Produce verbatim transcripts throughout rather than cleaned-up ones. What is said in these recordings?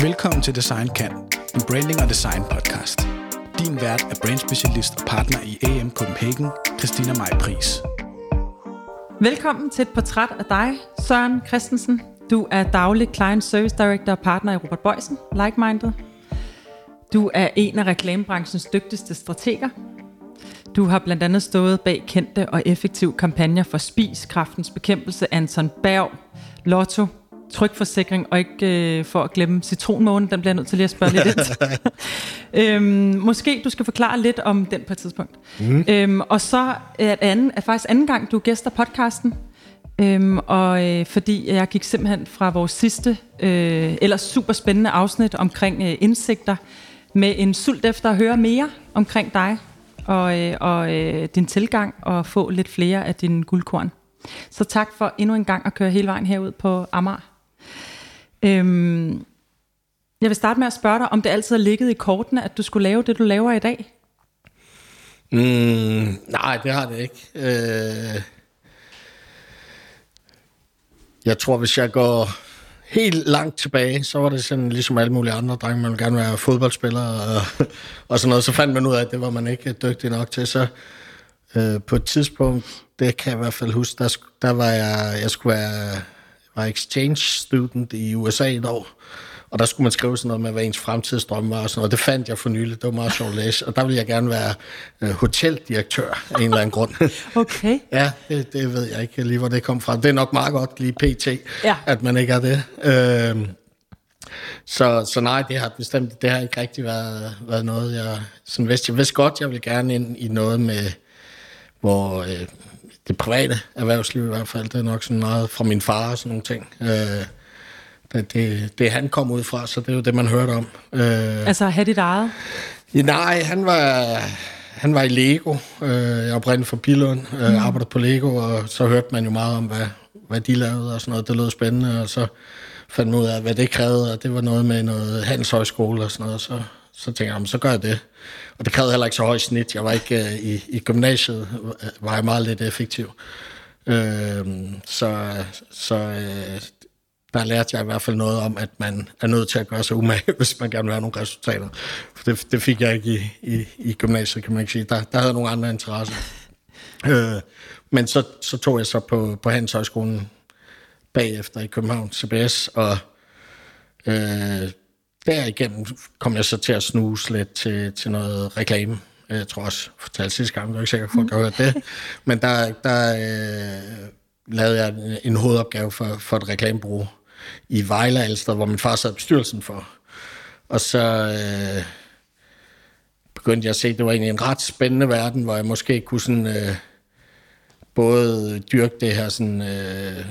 Velkommen til Design Kan, en branding og design podcast. Din vært er brandspecialist og partner i A M Copenhagen, Christina Maj Pris. Velkommen til et portræt af dig, Søren Christensen. Du er daglig Client Service Director og partner i Robert Boysen, Like-Minded. Du er en af reklamebranchens dygtigste strateger. Du har blandt andet stået bag kendte og effektive kampagner for Spis, Kræftens Bekæmpelse, Anton Berg, Lotto, Trygforsikring og ikke øh, for at glemme citronmånen, den bliver jeg nødt til lige at spørge lidt ind. øhm, måske du skal forklare lidt om den på et tidspunkt. Mm. Øhm, og så er det anden, er faktisk anden gang, du gæster podcasten. Øhm, og øh, fordi jeg gik simpelthen fra vores sidste, øh, ellers super spændende afsnit omkring øh, indsigter, med en sult efter at høre mere omkring dig og, øh, og øh, din tilgang og få lidt flere af dine guldkorn. Så tak for endnu en gang at køre hele vejen herud på Amager. Øhm, jeg vil starte med at spørge dig, om det altid har ligget i kortene, at du skulle lave det, du laver i dag? Mm, nej, det har det ikke. Øh, jeg tror, hvis jeg går helt langt tilbage, så var det sådan ligesom alle mulige andre drenge. Man ville gerne være fodboldspiller og, og sådan noget. Så fandt man ud af, at det var man ikke dygtig nok til. Så øh, på et tidspunkt, det kan jeg i hvert fald huske, der, der var jeg, jeg skulle være var exchange student i U S A et år. Og der skulle man skrive sådan noget med, hvad ens fremtidsdrømme var og sådan noget. Det fandt jeg for nylig. Det var meget sjovt at læse. Og der ville jeg gerne være øh, hoteldirektør af en eller anden grund. Okay. Ja, det, det ved jeg ikke lige, hvor det kom fra. Det er nok meget godt lige pt, ja. At man ikke er det. Øh, så, så nej, det har bestemt det har ikke rigtig været, været noget, jeg sådan vidste. Jeg vidste godt, jeg ville gerne ind i noget med, hvor øh, det private erhvervsliv i hvert fald, det er nok sådan meget fra min far og sådan nogle ting. Øh, Det, det, det han kom ud fra, så det er jo det, man hørte om. Øh, altså at have dit eget? Ja, nej, han var, han var i Lego. Øh, jeg er oprindeligt fra Billund, øh, mm. arbejdede på Lego, og så hørte man jo meget om, hvad, hvad de lavede og sådan noget. Det lød spændende, og så fandt man ud af, hvad det krævede, og det var noget med noget handelshøjskole og sådan noget. Så, så tænkte jeg, så gør jeg det. Og det krævede heller ikke så højt snit. Jeg var ikke øh, i, i gymnasiet, var jeg meget lidt effektiv. Øh, så så øh, der lærte jeg i hvert fald noget om, at man er nødt til at gøre sig umage, hvis man gerne vil have nogle resultater. For det, det fik jeg ikke i, i, i gymnasiet, kan man ikke sige. Der, der havde nogle andre interesser. øh, men så, så tog jeg så på, på Handelshøjskolen bagefter i København, C B S, og øh, derigennem kom jeg så til at snuse lidt til, til noget reklame. Jeg tror også, jeg fortalte sidste gang, jeg er ikke sikker på, at jeg har hørt det. Men der, der øh, lavede jeg en hovedopgave for, for et reklamebureau i Vejle Alsted, hvor min far sad i bestyrelsen for. Og så øh, begyndte jeg at se, at det var egentlig en ret spændende verden, hvor jeg måske kunne sådan, øh, både dyrke det her sådan, øh,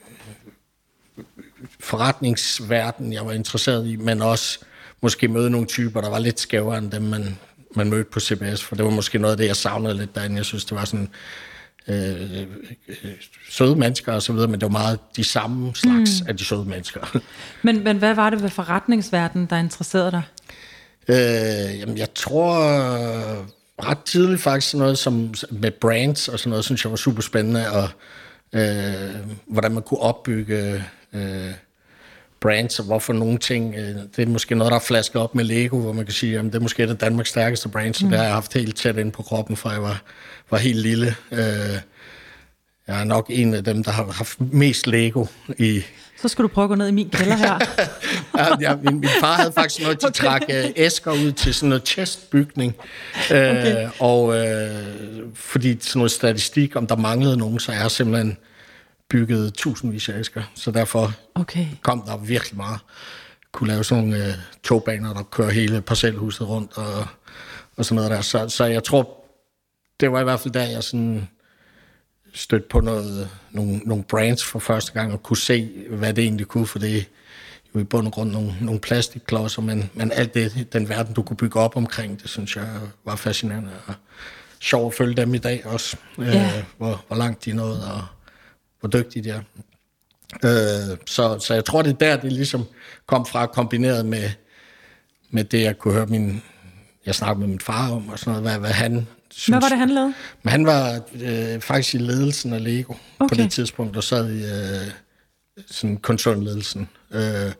forretningsverden, jeg var interesseret i, men også måske møde nogle typer, der var lidt skævere end dem, man, man mødte på C B S, for det var måske noget af det, jeg savnede lidt derinde. Jeg synes, det var sådan Øh, øh, søde mennesker og så videre, men det var meget de samme slags mm. af de søde mennesker. Men, men hvad var det ved forretningsverdenen, der interesserede dig? Øh, jamen, jeg tror ret tidligt faktisk sådan noget som med brands og sådan noget, synes jeg var super spændende, og øh, hvordan man kunne opbygge øh, brands, og hvorfor nogle ting, øh, det er måske noget, der er flasket op med Lego, hvor man kan sige, at det er måske det Danmarks stærkeste brand, så mm. det har jeg haft helt tæt ind på kroppen, fra jeg var, var helt lille. Øh, jeg er nok en af dem, der har haft mest Lego i... Så skal du prøve at gå ned i min kælder her. ja, ja, min, min far havde faktisk noget, de okay. trak øh, æsker ud til sådan noget chestbygning, øh, okay. og øh, fordi sådan noget statistik, om der manglede nogen, så er jeg simpelthen bygget tusindvis af æsker, så derfor okay. kom der virkelig meget. Kunne lave sådan nogle øh, togbaner, der kører hele parcelhuset rundt, og, og sådan noget der. Så, så jeg tror, det var i hvert fald der, jeg sådan stødte på noget, nogle, nogle brands for første gang, og kunne se, hvad det egentlig kunne, for det er jo i bund og grund nogle, nogle plastikklodser, men, men alt det, den verden, du kunne bygge op omkring, det synes jeg var fascinerende, og sjovt at følge dem i dag også, ja. øh, hvor, hvor langt de nåede, og hvor dygtige de er. Øh, så, så jeg tror, det er der, det ligesom kom fra, kombineret med, med det, jeg kunne høre min... Jeg snakkede med min far om, og sådan noget, hvad, hvad han synes. Hvad var det, han lavede? Men han var øh, faktisk i ledelsen af Lego okay. på det tidspunkt, og sad i øh, sådan koncernledelsen. Øh,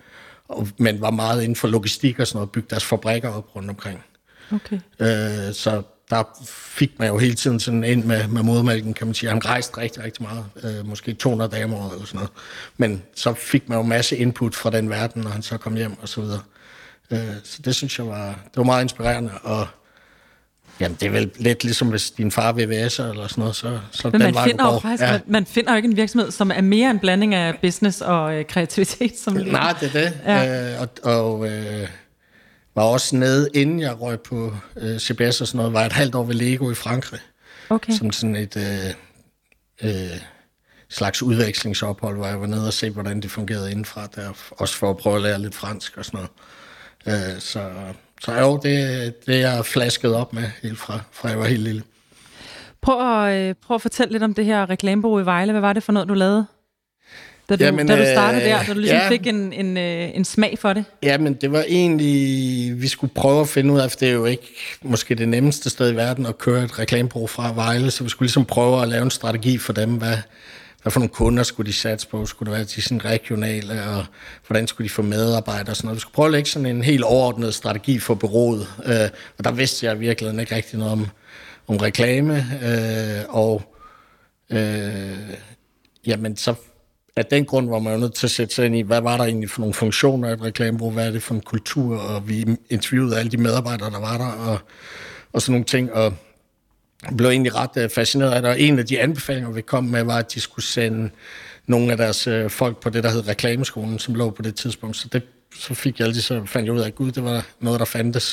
og, men var meget inden for logistik og sådan noget, bygge deres fabrikker op rundt omkring. Okay. Øh, så der fik man jo hele tiden sådan ind med, med modermælken, kan man sige. Han rejste rigtig, rigtig meget, øh, måske to hundrede dage om året eller sådan noget. Men så fik man jo masse input fra den verden, når han så kom hjem og så videre. Øh, så det synes jeg var, det var meget inspirerende, og jamen, det er vel lidt ligesom, hvis din far V V S'er eller sådan noget, så, så Men den man finder, jo faktisk, ja. man, man finder jo ikke en virksomhed, som er mere en blanding af business og øh, kreativitet. Som Nej, det er det. Ja. Øh, og og øh, var også nede, inden jeg røg på øh, C B S og sådan noget, var et halvt år ved Lego i Frankrig. Okay. Som sådan et øh, øh, slags udvekslingsophold, hvor jeg var nede og se, hvordan det fungerede indenfra der, også for at prøve at lære lidt fransk og sådan noget. Øh, så, så jo, det, det er jeg flasket op med, helt fra, fra jeg var helt lille. Prøv at, øh, prøv at fortælle lidt om det her reklamebureau i Vejle. Hvad var det for noget, du lavede? Da du, Jamen, da du startede der, da du ligesom ja, fik en, en, øh, en smag for det? Jamen, det var egentlig, vi skulle prøve at finde ud af, for det er jo ikke måske det nemmeste sted i verden at køre et reklamebureau fra Vejle, så vi skulle ligesom prøve at lave en strategi for dem, hvad, hvad for nogle kunder skulle de satse på, skulle det være de sådan regionale, og hvordan skulle de få medarbejdere og sådan noget. Vi skulle prøve at lægge sådan en helt overordnet strategi for bureauet, øh, og der vidste jeg virkelig ikke rigtig noget om, om reklame, øh, og øh, jamen så af den grund var man jo nødt til at sætte sig ind i, hvad var der egentlig for nogle funktioner i et reklamebureau, hvad er det for en kultur, og vi interviewede alle de medarbejdere, der var der, og, og sådan nogle ting, og blev egentlig ret fascineret af det, og en af de anbefalinger, vi kom med, var, at de skulle sende nogle af deres øh, folk på det, der hed reklameskolen, som lå på det tidspunkt, så det så fik jeg altid, så fandt jeg ud af, at gud, det var noget, der fandtes.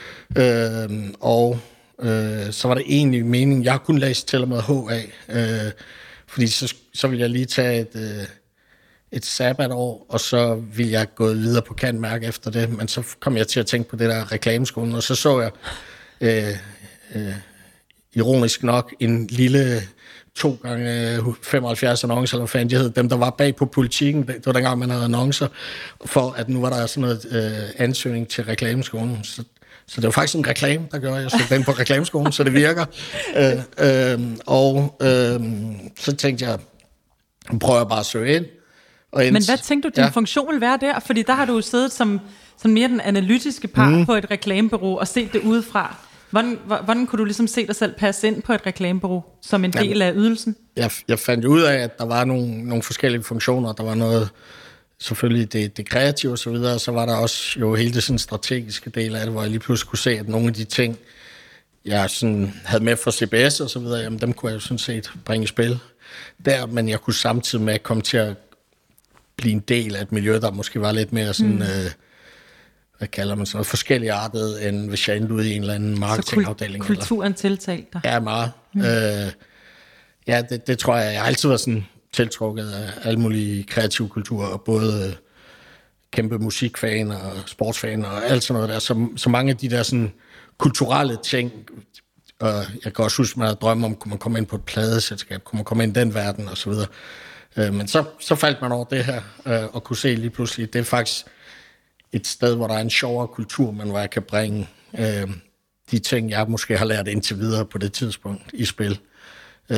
Øh, og øh, så var det egentlig meningen, jeg kunne læse til og med H A, øh, fordi så, så ville jeg lige tage et, øh, et sabbatår, og så ville jeg gå videre på Cand.Merc efter det, men så kom jeg til at tænke på det der reklameskolen, og så så jeg øh, øh, ironisk nok en lille to gange femoghalvfjerds annoncer, eller hvad fanden de hed, dem der var bag på Politikken, det var dengang man havde annoncer, for at nu var der sådan noget øh, ansøgning til reklameskolen, så Så det var faktisk en reklame, der gør, at jeg søgte den på reklameskolen, så det virker. Øh, øh, og øh, så tænkte jeg, prøver jeg bare at søge ind. Og Men hvad tænkte du, din ja. funktion vil være der? Fordi der har du jo siddet som, som mere den analytiske part mm. på et reklamebureau og set det udefra. Hvordan, hvordan kunne du ligesom se dig selv passe ind på et reklamebureau som en del Jamen, af ydelsen? Jeg, jeg fandt ud af, at der var nogle, nogle forskellige funktioner. Der var noget... Selvfølgelig det, det kreative og så videre, og så var der også jo hele det sådan strategiske del af det, hvor jeg lige pludselig kunne se, at nogle af de ting, jeg sådan havde med fra C B S og så videre, jamen dem kunne jeg jo sådan set bringe i spil der, men jeg kunne samtidig med komme til at blive en del af et miljø, der måske var lidt mere sådan, mm. øh, hvad kalder man sådan noget, forskelligartet, end hvis jeg endte ude i en eller anden marketingafdeling. Så kul- kulturen tiltalt dig? Ja, meget. Mm. Øh, ja, det, det tror jeg, jeg har altid været sådan tiltrukket af alle mulige kreative kulturer, både øh, kæmpe musikfan og sportsfan og alt sådan noget der. Så, så mange af de der sådan kulturelle ting, og jeg kan også huske, at man havde drømme om, kunne man komme ind på et pladeselskab, kunne man komme ind i den verden og så videre. Øh, men så, så faldt man over det her, øh, og kunne se lige pludselig, det er faktisk et sted, hvor der er en sjovere kultur, men hvor jeg kan bringe øh, de ting, jeg måske har lært indtil videre på det tidspunkt i spil. Øh,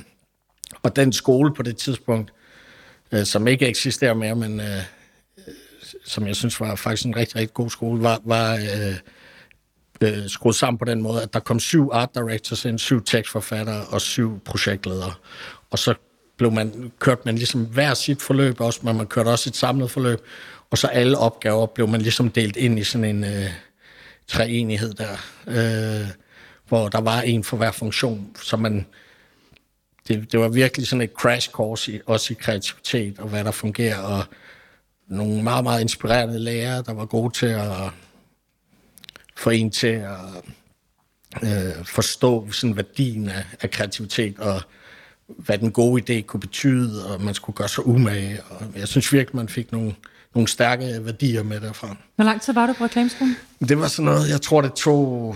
Og den skole på det tidspunkt, øh, som ikke eksisterer mere, men øh, som jeg synes var faktisk en rigtig, rigtig god skole, var, var øh, øh, skruet sammen på den måde, at der kom syv art directors ind, syv tekstforfattere og syv projektledere. Og så blev man, kørte man ligesom hver sit forløb også, men man kørte også et samlet forløb, og så alle opgaver blev man ligesom delt ind i sådan en øh, treenighed der, øh, hvor der var en for hver funktion, så man... Det, det var virkelig sådan et crash course, i, også i kreativitet og hvad der fungerer, og nogle meget, meget inspirerende lærere, der var gode til at få en til at øh, forstå sådan værdien af, af kreativitet, og hvad den gode idé kunne betyde, og man skulle gøre sig umage. Og jeg synes virkelig, man fik nogle, nogle stærke værdier med derfra. Hvor lang tid var du på reklameskolen? Det var sådan noget, jeg tror, det tog...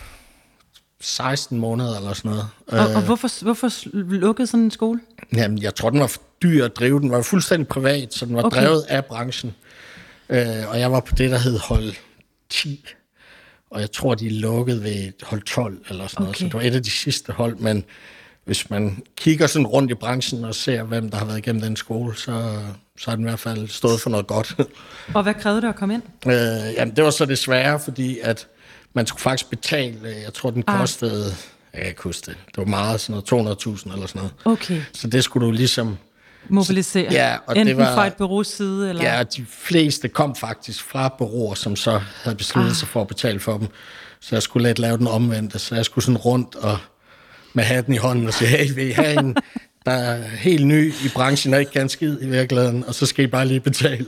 seksten måneder eller sådan noget. Og, og hvorfor, hvorfor lukkede sådan en skole? Jamen, jeg tror, den var for dyr at drive. Den var fuldstændig privat, så den var okay. drevet af branchen. Øh, og jeg var på det, der hed hold ti. Og jeg tror, de lukkede ved hold tolv eller sådan okay. noget. Så det var et af de sidste hold, men hvis man kigger sådan rundt i branchen og ser, hvem der har været igennem den skole, så, så har den i hvert fald stået for noget godt. Og hvad krævede det at komme ind? Øh, jamen, det var så det svære, fordi at man skulle faktisk betale, jeg tror, den kostede, ah. jeg kan ikke huske det, det var meget, sådan noget to hundrede tusind eller sådan noget. Okay. Så det skulle du ligesom... Mobilisere. Ja, og enten det var, fra et bureaus side, eller... Ja, de fleste kom faktisk fra bureauer, som så havde besluttet ah. sig for at betale for dem. Så jeg skulle lidt lave den omvendte, så jeg skulle sådan rundt og med hatten i hånden og sige, hey, vil I have en, der er helt ny i branchen og ikke kan skid i virkeligheden, og så skal I bare lige betale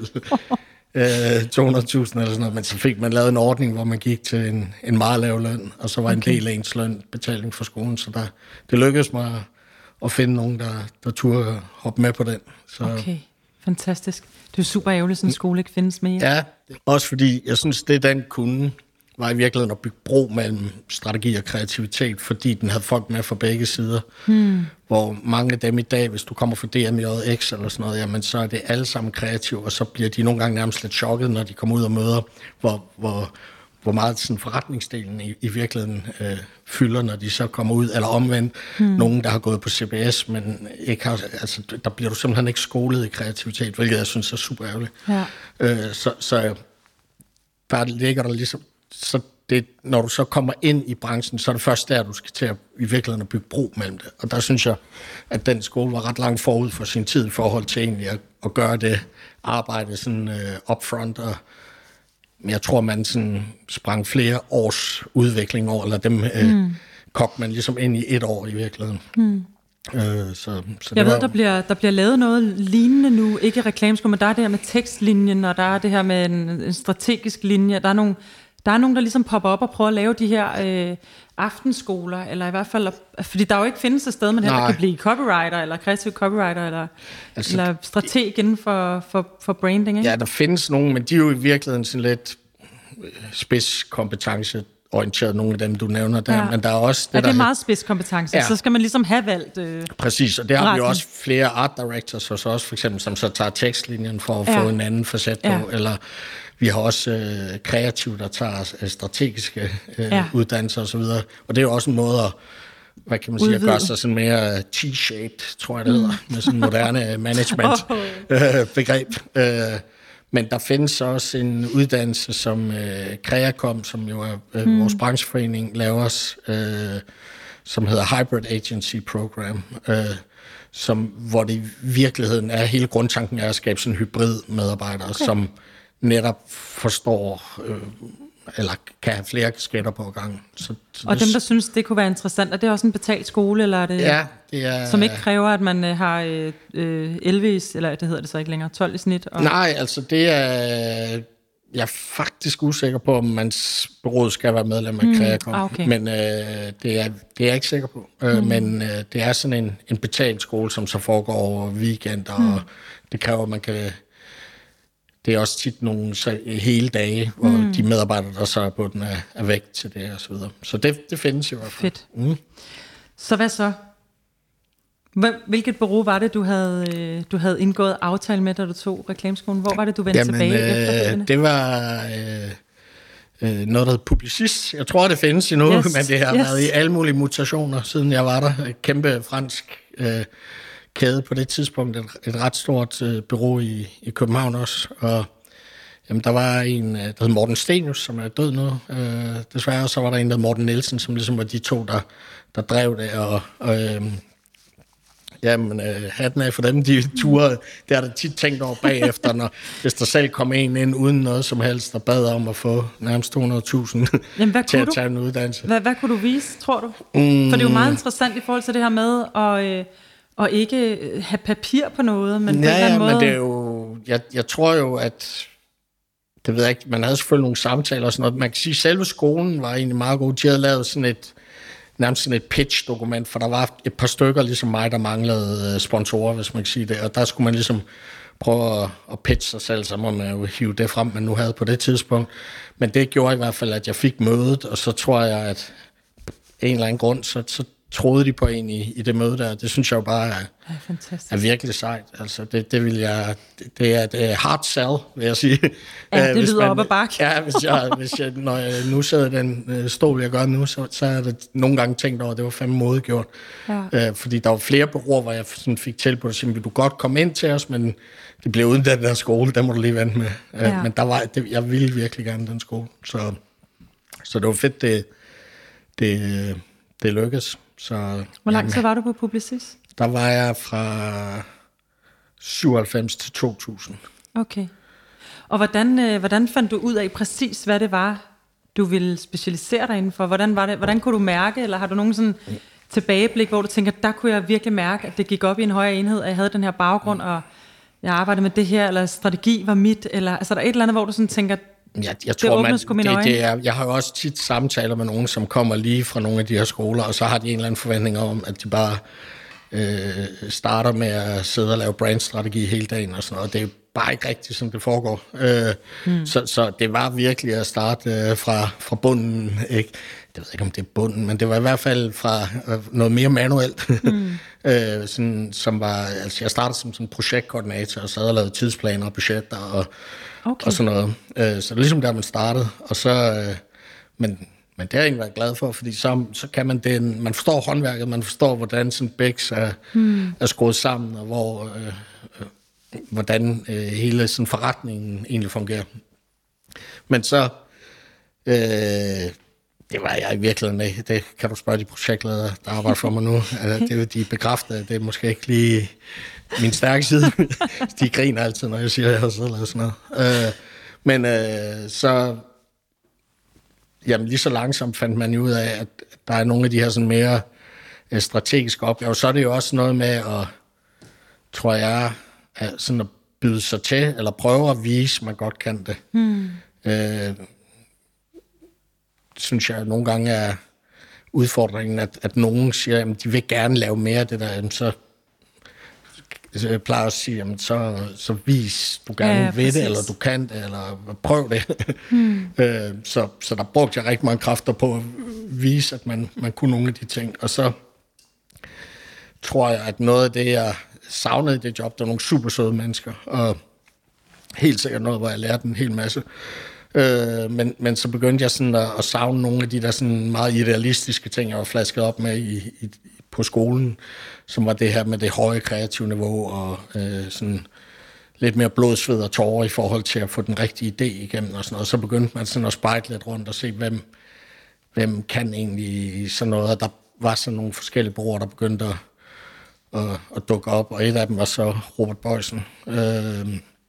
øh, to hundrede tusind eller sådan noget. Men så fik man lavet en ordning, hvor man gik til en, en meget lav løn, og så var okay. en del af ens løn betaling for skolen, så der, det lykkedes mig at finde nogen, der, der turde hoppe med på den. Så. Okay, fantastisk. Det er super ærgerligt, sådan en skole ikke findes mere. Ja, også fordi jeg synes, det den kunne, var i virkeligheden at bygge bro mellem strategi og kreativitet, fordi den havde folk med fra begge sider. Hmm. Hvor mange af dem i dag, hvis du kommer fra D M J X eller sådan noget, jamen så er det alle sammen kreative, og så bliver de nogle gange nærmest lidt chokket, når de kommer ud og møder, hvor, hvor, hvor meget sådan forretningsdelen i, i virkeligheden øh, fylder, når de så kommer ud, eller omvendt, hmm. nogen, der har gået på C B S, men ikke har, altså, der bliver du simpelthen ikke skolet i kreativitet, hvilket jeg synes er super ærgerligt. Ja. Øh, så, så der ligger der ligesom, så det, når du så kommer ind i branchen, så er det først der, du skal til at i virkeligheden at bygge bro mellem det. Og der synes jeg, at den skole var ret langt forud for sin tid i forhold til egentlig at, at gøre det arbejde sådan uh, upfront. Og jeg tror, man sådan sprang flere års udvikling over, eller dem mm. uh, kogte man ligesom ind i et år i virkeligheden. Mm. Uh, så, så jeg ved, var... der bliver, der bliver lavet noget lignende nu, ikke reklameskole, men der er det her med tekstlinjen, og der er det her med en, en strategisk linje, der er nogle Der er nogen, der ligesom popper op og prøver at lave de her øh, aftenskoler, eller i hvert fald, fordi der jo ikke findes et sted, man heller kan blive copywriter, eller kreativ copywriter, eller, altså, eller strateg inden for, for, for branding, ikke? Ja, der findes nogen, men de er jo i virkeligheden sådan lidt spidskompetenceorienteret, nogle af dem, du nævner der, ja. Men der er også... Det, ja, det er der meget spidskompetence, ja. Så skal man ligesom have valgt øh, præcis, og det har retning. Vi jo også flere art directors hos os, for eksempel, som så tager tekstlinjen for at ja. Få en anden facet på, ja. Eller... Vi har også øh, kreative, der tager øh, strategiske øh, ja. Uddannelser osv. Og, og det er jo også en måde at, hvad kan man sige, at gøre sig sådan mere T-shaped, tror jeg det hedder, mm. med sådan moderne management-begreb. oh. øh, øh, men der findes også en uddannelse, som øh, Kreakom, som jo er øh, mm. vores brancheforening, laver os, øh, som hedder Hybrid Agency Program, øh, som, hvor det i virkeligheden er, hele grundtanken er at skabe sådan en hybrid medarbejdere, okay. som netop forstår, øh, eller kan have flere kasketter på gang. Så, så og det, dem, der synes, det kunne være interessant, er det også en betalt skole, eller er det, ja, det er, som ikke kræver, at man øh, har øh, elleve, eller det hedder det så ikke længere, tolv i snit? Og... Nej, altså det er, jeg er faktisk usikker på, om mans bureau skal være medlem af mm, Kreakom, ah, okay. men øh, det, er, det er jeg ikke sikker på. Mm. Øh, men øh, det er sådan en, en betalt skole, som så foregår over weekender, mm. og det kræver, at man kan... Det er også tit nogle så, hele dage, hvor mm. de medarbejdere, der så er på den, er, er væk til det og så videre. Så det, det findes jo i hvert fald. Fedt. Mm. Så hvad så? Hvilket bureau var det, du havde, du havde indgået aftale med, da du tog reklameskolen? Hvor var det, du vendte Jamen, tilbage øh, efterfølgende? Det var øh, øh, noget, der hedder Publicist. Jeg tror, det findes endnu, yes. men det har yes. været i alle mulige mutationer, siden jeg var der. Et kæmpe fransk øh, kæde på det tidspunkt, et, et ret stort øh, bureau i, i København også, og jamen, der var en, der hed Morten Stenius, som er død nu, øh, desværre, og så var der en, der hed Morten Nielsen, som ligesom var de to, der, der drev det, og, og øh, jamen, øh, hatten af for dem, de ture, det har der tit tænkt over bagefter, når, hvis der selv kom en ind uden noget som helst, der bad om at få nærmest to hundrede tusind til at tage en uddannelse. Hvad, hvad kunne du vise, tror du? Mm. For det er jo meget interessant i forhold til det her med at... Øh, og ikke have papir på noget, men ja, på en eller anden måde... men det er jo... Jeg, jeg tror jo, at... Det ved jeg ikke, man havde selvfølgelig nogle samtaler og sådan noget. Man kan sige, at selve skolen var egentlig meget god. De havde lavet sådan et... Nærmest sådan et pitch-dokument, for der var et par stykker, ligesom mig, der manglede sponsorer, hvis man kan sige det. Og der skulle man ligesom prøve at, at pitche sig selv, så må man jo hive det frem, man nu havde på det tidspunkt. Men det gjorde i hvert fald, at jeg fik mødet, og så tror jeg, at en eller anden grund, så, så troede de på en i, i det møde der. Det synes jeg jo bare er, ja, fantastisk. er virkelig sejt. Altså, det, det vil jeg... Det, det, er, det er hard sell, vil jeg sige. Ja, det hvis lyder man, op ad bakke. Ja, hvis jeg, hvis jeg, når jeg nu sidder i den øh, stol, jeg gør nu, så, så er det nogle gange tænkt over, at det var fandme modegjort. Ja. Øh, fordi der var flere bureauer, hvor jeg sådan fik tilbudt, at vil du godt komme ind til os, men det blev uden den der skole, der må du lige vente med. Øh, ja. Men der var, det, jeg ville virkelig gerne den skole. Så, så det var fedt, det, det, det lykkedes. Så, hvor lang tid var du på Publicis? Der var jeg fra syvoghalvfems til to tusind. Okay. Og hvordan, øh, hvordan fandt du ud af præcis, hvad det var, du ville specialisere dig indenfor? Hvordan, var det, hvordan kunne du mærke, eller har du nogen sådan tilbageblik, hvor du tænker, der kunne jeg virkelig mærke, at det gik op i en højere enhed, at jeg havde den her baggrund, og jeg arbejdede med det her, eller strategi var mit, eller altså der er et eller andet, hvor du sådan tænker, Jeg, jeg tror, man, det, det er, jeg har jo også tit samtaler med nogen, som kommer lige fra nogle af de her skoler, og så har de en eller anden forventning om, at de bare øh, starter med at sidde og lave brandstrategi hele dagen og sådan noget. Det er bare ikke rigtigt, som det foregår. Øh, mm. så, så det var virkelig at starte øh, fra, fra bunden. Ikke? Jeg ved ikke, om det er bunden, men det var i hvert fald fra øh, noget mere manuelt. Mm. øh, sådan, som var, altså jeg startede som sådan projektkoordinator og sad og lavede tidsplaner og budgetter og Okay. og sådan noget. Øh, så det er ligesom der, man startede. Og så, øh, men, men det har jeg egentlig været glad for, fordi så, så kan man det, man forstår håndværket, man forstår, hvordan sådan bæks er, hmm. er skruet sammen, og hvor, øh, øh, hvordan øh, hele sådan forretningen egentlig fungerer. Men så, øh, det var jeg i virkeligheden ikke. Det kan du spørge de projektledere, der arbejder for mig nu. Altså, det er de bekræfter, det er måske ikke lige min stærke side. De griner altid, når jeg siger, at jeg har siddet og lavet sådan noget. Øh, men øh, så... Jamen lige så langsomt fandt man ud af, at der er nogle af de her sådan mere øh, strategiske opgaver. Så er det jo også noget med at, tror jeg, at, sådan at byde sig til, eller prøve at vise, man godt kan det. Hmm. Øh, synes jeg nogle gange er udfordringen, at, at nogen siger, at de vil gerne lave mere af det der, jamen, så jeg plejer at sige, jamen, så, så vis, du gerne ja, ved det, eller du kan det, eller prøv det. Hmm. øh, så, så der brugte jeg rigtig mange kræfter på at vise, at man, man kunne nogle af de ting. Og så tror jeg, at noget af det, jeg savnede i det job, der var nogle super søde mennesker, og helt sikkert noget, hvor jeg lærte en hel masse. Øh, men, men så begyndte jeg sådan at, at savne nogle af de der sådan meget idealistiske ting, jeg var flasket op med i, i, på skolen, som var det her med det høje kreative niveau, og øh, sådan lidt mere blod, sved og tårer i forhold til at få den rigtige idé igennem og sådan noget. Så begyndte man sådan at spejle lidt rundt og se, hvem, hvem kan egentlig sådan noget. Og der var sådan nogle forskellige bureauer, der begyndte at, at, at dukke op, og et af dem var så Robert Boysen, øh,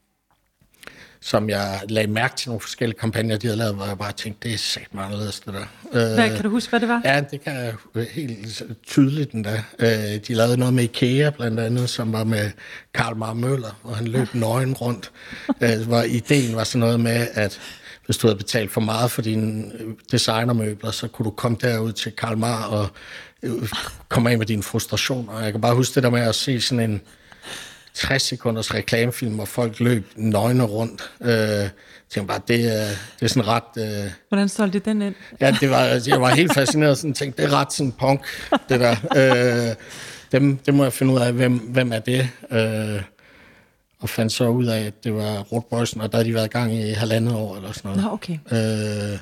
som jeg lagde mærke til nogle forskellige kampagner, de havde lavet, hvor jeg bare tænkte, det er sæt meget anderledes, det der. Hvad, kan du huske, hvad det var? Ja, det kan jeg helt tydeligt endda. De lavede noget med IKEA, blandt andet, som var med Carl Mar Møller, hvor han løb nøgen rundt. Hvor ideen var sådan noget med, at hvis du havde betalt for meget for dine designermøbler, så kunne du komme derud til Carl Mar og komme af med dine frustrationer. Og jeg kan bare huske det der med at se sådan en tres sekunders reklamefilm, hvor folk løb nøgne rundt. Øh, jeg tænkte bare, det, det er sådan ret... Øh, Hvordan solgte de den ind? Ja, det var, jeg var helt fascineret, sådan tænkte, det er ret sådan punk, det der. Øh, dem, det må jeg finde ud af, hvem, hvem er det? Øh, og fandt så ud af, at det var Robert Boysen, og der havde de været i gang i halvandet år, eller sådan noget. Nå, okay. Øh,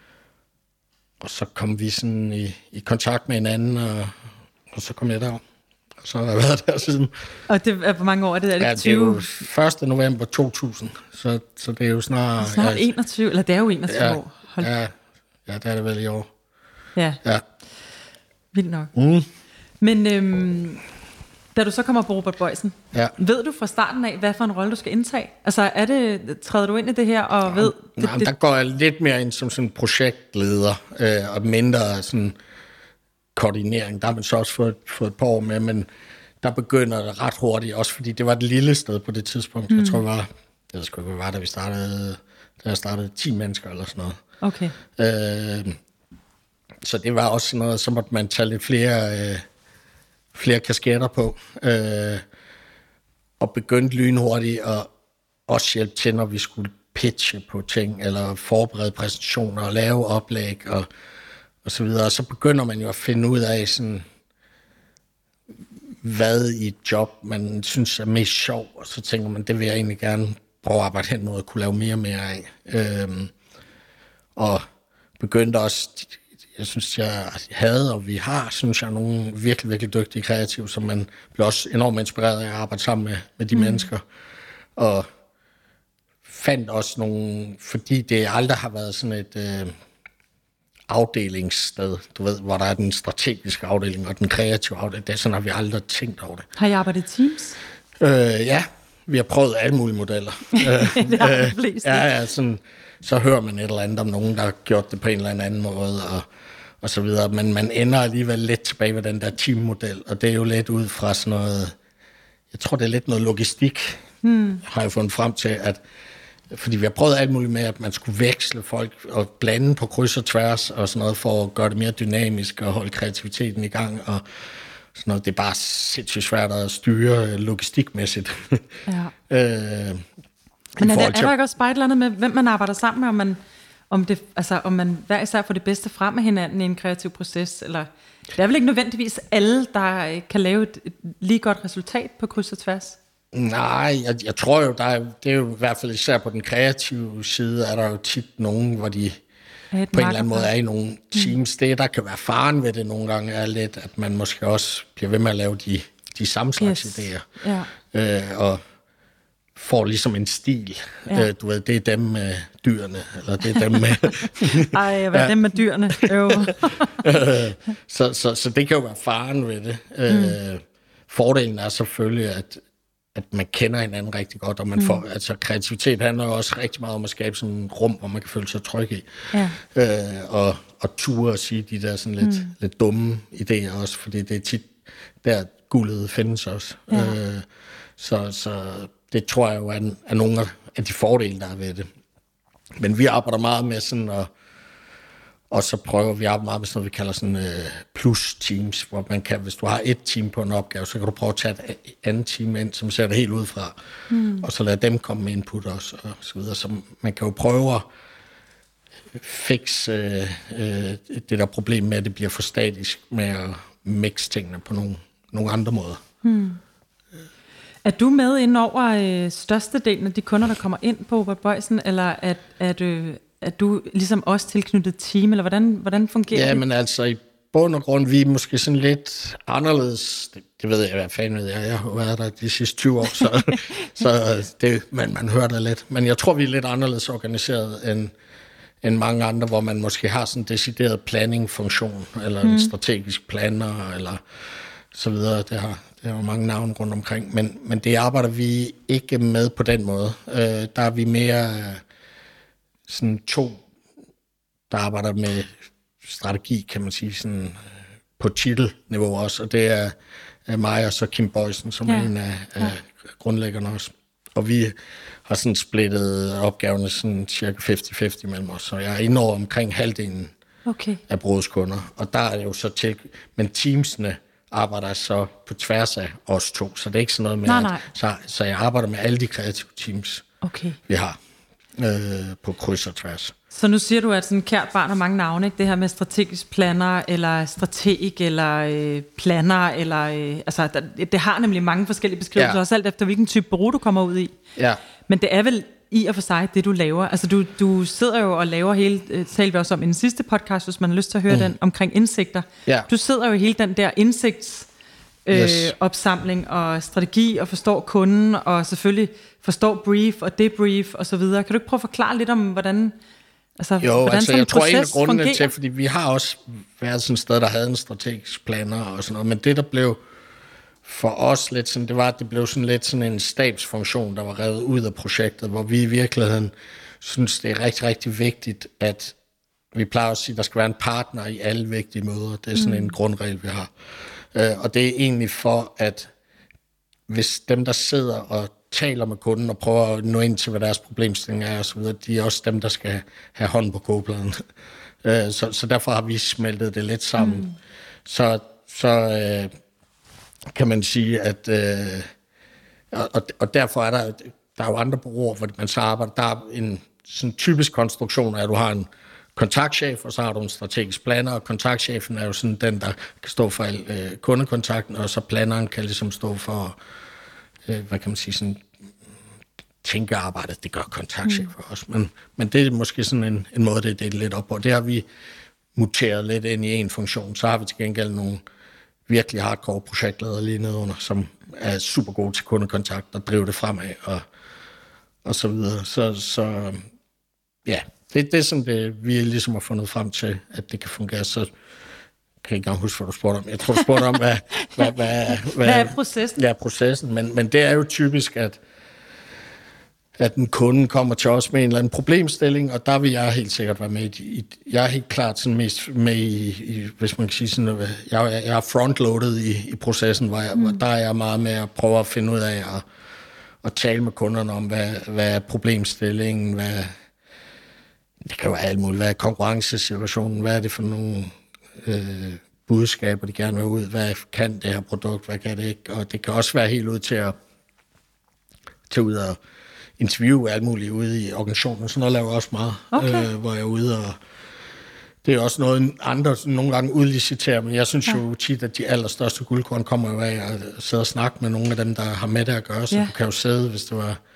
og så kom vi sådan i, i kontakt med hinanden, og, og så kom jeg derover. Så har jeg været der siden. Og det er, hvor mange år er det? Er det ja, det er jo første november to tusind, så, så det er jo snart... Snart ja, enogtyve, eller det er jo enogtyve ja, år. Hold. Ja, ja, det er det vel i år. Ja, ja. Vildt nok. Mm. Men øhm, da du så kommer på Robert Boysen, ja. Ved du fra starten af, hvad for en rolle du skal indtage? Altså, er det, træder du ind i det her og ved... Ja, det, nej, det, der går jeg lidt mere ind som sådan projektleder, øh, og mindre sådan... koordinering, der har man så også fået, fået et par år med, men der begynder det ret hurtigt, også fordi det var et lille sted på det tidspunkt. Mm. Jeg tror, det var, jeg ved sgu ikke, hvad var, da vi startede, da jeg startede ti mennesker eller sådan noget. Okay. Øh, så det var også sådan noget, så måtte man tage lidt flere, øh, flere kasketter på, øh, og begyndte lynhurtigt at også hjælpe til, når vi skulle pitche på ting, eller forberede præsentationer, og lave oplæg, og og så videre. Og så begynder man jo at finde ud af sådan, hvad i et job, man synes er mest sjov, og så tænker man, det vil jeg egentlig gerne prøve at arbejde hen mod at kunne lave mere og mere af. Øhm, og begyndte også, jeg synes, jeg havde, og vi har, synes jeg, nogle virkelig, virkelig dygtige kreative, som man bliver også enormt inspireret af at arbejde sammen med, med de mm. mennesker. Og fandt også nogle, fordi det aldrig har været sådan et øh, afdelingssted, du ved, hvor der er den strategiske afdeling og den kreative afdeling. Det er sådan, at vi aldrig tænkt over det. Har I arbejdet i teams? Øh, ja, vi har prøvet alle mulige modeller. Det har de fleste. Ja, ja, sådan, så hører man et eller andet om nogen, der har gjort det på en eller anden måde, og, og så videre. Men man ender alligevel lidt tilbage ved den der teammodel, og det er jo lidt ud fra sådan noget, jeg tror, det er lidt noget logistik, hmm. har jeg fundet frem til, at fordi vi har prøvet alt muligt med, at man skulle veksle folk og blande på kryds og tværs og sådan noget, for at gøre det mere dynamisk og holde kreativiteten i gang, og sådan noget. Det er bare sindssygt svært at styre logistikmæssigt. Ja. øh, Men er, det, er der ikke også bare et eller andet med, hvem man arbejder sammen med, om man, om det, altså, om man hver især får det bedste frem med hinanden i en kreativ proces? Eller, det er vel ikke nødvendigvis alle, der kan lave et, et lige godt resultat på kryds og tværs? Nej, jeg, jeg tror jo, der er, det er jo i hvert fald især på den kreative side, er der jo tit nogen, hvor de på en eller anden måde er i nogle teams. Mm. Det, der kan være faren ved det nogle gange, er lidt, at man måske også bliver ved med at lave de, de samme slags yes. idéer. Ja. Øh, og får ligesom en stil. Ja. Øh, du ved, det er dem med dyrene, eller det er dem med... Ej, hvad er ja. dem med dyrene? øh, så, så, så det kan jo være faren ved det. Mm. Øh, fordelen er selvfølgelig, at at man kender hinanden rigtig godt, og man får, mm. altså kreativitet handler jo også rigtig meget om at skabe sådan et rum, hvor man kan føle sig tryg i. Ja. Øh, og, og ture at sige de der sådan lidt, mm. lidt dumme idéer også, fordi det er tit, der guldet findes også. Ja. Øh, så, så det tror jeg jo er, er nogle af de fordele, der er ved det. Men vi arbejder meget med sådan at og så prøver vi at arbejde meget med sådan noget, vi kalder sådan uh, plus-teams, hvor man kan, hvis du har et team på en opgave, så kan du prøve at tage et andet team ind, som ser det helt ud fra, mm. og så lade dem komme med input også, og så videre. Så man kan jo prøve at fikse uh, uh, det der problem med, at det bliver for statisk med at mixe tingene på nogle, nogle andre måder. Mm. Er du med ind over øh, størstedelen af de kunder, der kommer ind på Robert Boysen, eller er, er, du, er du ligesom også tilknyttet team, eller hvordan, hvordan fungerer ja, det? Ja, men altså i bund og grund, vi er måske sådan lidt anderledes, det, det ved jeg, hvad fanden ved jeg, jeg har været der de sidste tyve år, så, så det, man, man hører det lidt. Men jeg tror, vi er lidt anderledes organiseret end, end mange andre, hvor man måske har sådan en decideret planning-funktion, eller mm. en strategisk planer, eller så videre. Det har Der er jo mange navne rundt omkring, men, men det arbejder vi ikke med på den måde. Øh, der er vi mere sådan to, der arbejder med strategi, kan man sige, sådan på titelniveau også, og det er, er mig og så Kim Boysen, som ja. er en af, af ja. grundlæggerne også. Og vi har sådan splittet opgaverne sådan cirka halvtreds halvtreds mellem os, så jeg er inde over omkring halvdelen okay. af brugskunder, og der er det jo så til, men teamsene arbejder så på tværs af os to, så det er ikke sådan noget med, nej, nej. At, så, så jeg arbejder med alle de kreative teams, okay. vi har øh, på kryds og tværs. Så nu siger du, at sådan kært barn har mange navne, ikke? Det her med strategisk planner, eller strateg, eller øh, planner, eller øh, altså, der, det har nemlig mange forskellige beskrivelser, ja. også alt efter hvilken type bureau du kommer ud i. Ja. Men det er vel i og for sig det, du laver. Altså, du, du sidder jo og laver hele, øh, talte vi også om i den sidste podcast, hvis man har lyst til at høre mm. den, omkring indsigter. Ja. Du sidder jo i hele den der indsigts øh, yes. opsamling og strategi, og forstår kunden, og selvfølgelig forstår brief og debrief og så videre. Kan du ikke prøve at forklare lidt om, hvordan, altså, jo, hvordan altså, sådan en tror, proces en af grundene fungerer? til, fordi vi har også været sådan et sted, der havde en strategisk planer og sådan noget, men det, der blev for os lidt sådan, det var, at det blev sådan lidt sådan en stabsfunktion, der var revet ud af projektet, hvor vi i virkeligheden synes, det er rigtig, rigtig vigtigt, at vi plejer at sige, at der skal være en partner i alle vigtige møder. Det er sådan mm. en grundregel, vi har. Uh, og det er egentlig for, at hvis dem, der sidder og taler med kunden og prøver at nå ind til, hvad deres problemstilling er og så videre, de er også dem, der skal have hånden på kogepladen. uh, så, så derfor har vi smeltet det lidt sammen. Mm. Så, så uh, kan man sige, at øh, og, og derfor er der, der er jo andre bureauer, hvor man så arbejder, der er en sådan typisk konstruktion af, at du har en kontaktchef, og så har du en strategisk planner, og kontaktchefen er jo sådan den, der kan stå for al øh, kundekontakten, og så planneren kan ligesom stå for, øh, hvad kan man sige, sådan tænkearbejdet, det gør kontaktchefer mm. også. Men, men det er måske sådan en, en måde, det er delt lidt op på. Det har vi muteret lidt ind i en funktion. Så har vi til gengæld nogle virkelig hardcore projektledere lige nedenunder, som er super gode til kundekontakt og driver det fremad og, og så videre. Så, så ja, det, det er sådan det, vi ligesom har fundet frem til, at det kan fungere. Så kan jeg ikke engang huske, hvad du spurgte om. Jeg tror, du spurgte om, hvad, hvad, hvad, hvad, hvad er processen? Ja, processen. Men, men det er jo typisk, at at en kunde kommer til os med en eller anden problemstilling, og der vil jeg helt sikkert være med i. Jeg er helt klart sådan mest med i, i hvis man kan sige sådan, jeg, jeg er frontloadet i, i processen, hvor, jeg, mm. hvor der er jeg meget med at prøve at finde ud af at, at tale med kunderne om, hvad, hvad er problemstillingen, hvad, det kan jo være alt muligt, hvad er konkurrencesituationen, hvad er det for nogle øh, budskaber, de gerne vil ud, hvad kan det her produkt, hvad kan det ikke, og det kan også være helt ud til at til ud at interview alt muligt ude i organisationen. Sådan noget laver jeg også meget, okay. øh, hvor jeg er ude, og det er også noget, andre nogle gange udliciterer, men jeg synes ja. jo tit, at de allerstørste guldkorn kommer jo af at sidde og snakke med nogle af dem, der har med det at gøre, så ja. du kan jo sidde, hvis det var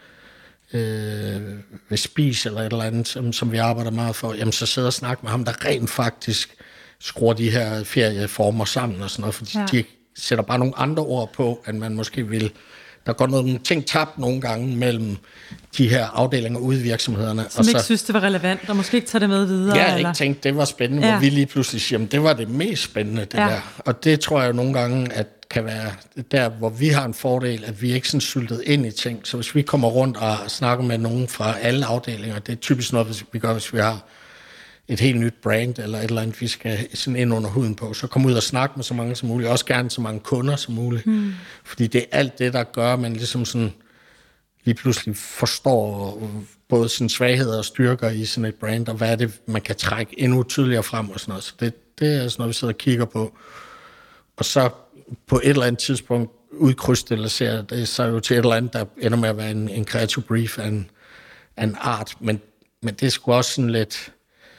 øh, ved Spis eller et eller andet, som, som vi arbejder meget for, jamen så sidde og snakke med ham, der rent faktisk skruer de her ferieformer sammen og sådan noget, fordi ja. de sætter bare nogle andre ord på, end man måske vil. Der går nogle ting tabt nogle gange mellem de her afdelinger ude i virksomhederne. Som og ikke så, synes, det var relevant, og måske ikke tage det med videre? Jeg har eller? ikke tænkt, det var spændende, ja. hvor vi lige pludselig siger, det var det mest spændende, det ja. der. Og det tror jeg jo nogle gange, at kan være der, hvor vi har en fordel, at vi ikke sådan syltet ind i ting. Så hvis vi kommer rundt og snakker med nogen fra alle afdelinger, det er typisk noget, vi gør, hvis vi har et helt nyt brand, eller et eller andet, vi skal sådan ind under huden på, så komme ud og snakke med så mange som muligt, også gerne så mange kunder som muligt. Hmm. Fordi det er alt det, der gør, at man ligesom sådan lige pludselig forstår både sine svagheder og styrker i sådan et brand, og hvad er det, man kan trække endnu tydeligere frem og sådan noget. Så det, det er sådan noget, vi sidder og kigger på. Og så på et eller andet tidspunkt udkrystalliserer det så jo til et eller andet, der ender med at være en, en kreativ brief af en, af en art, men, men det er sgu også sådan lidt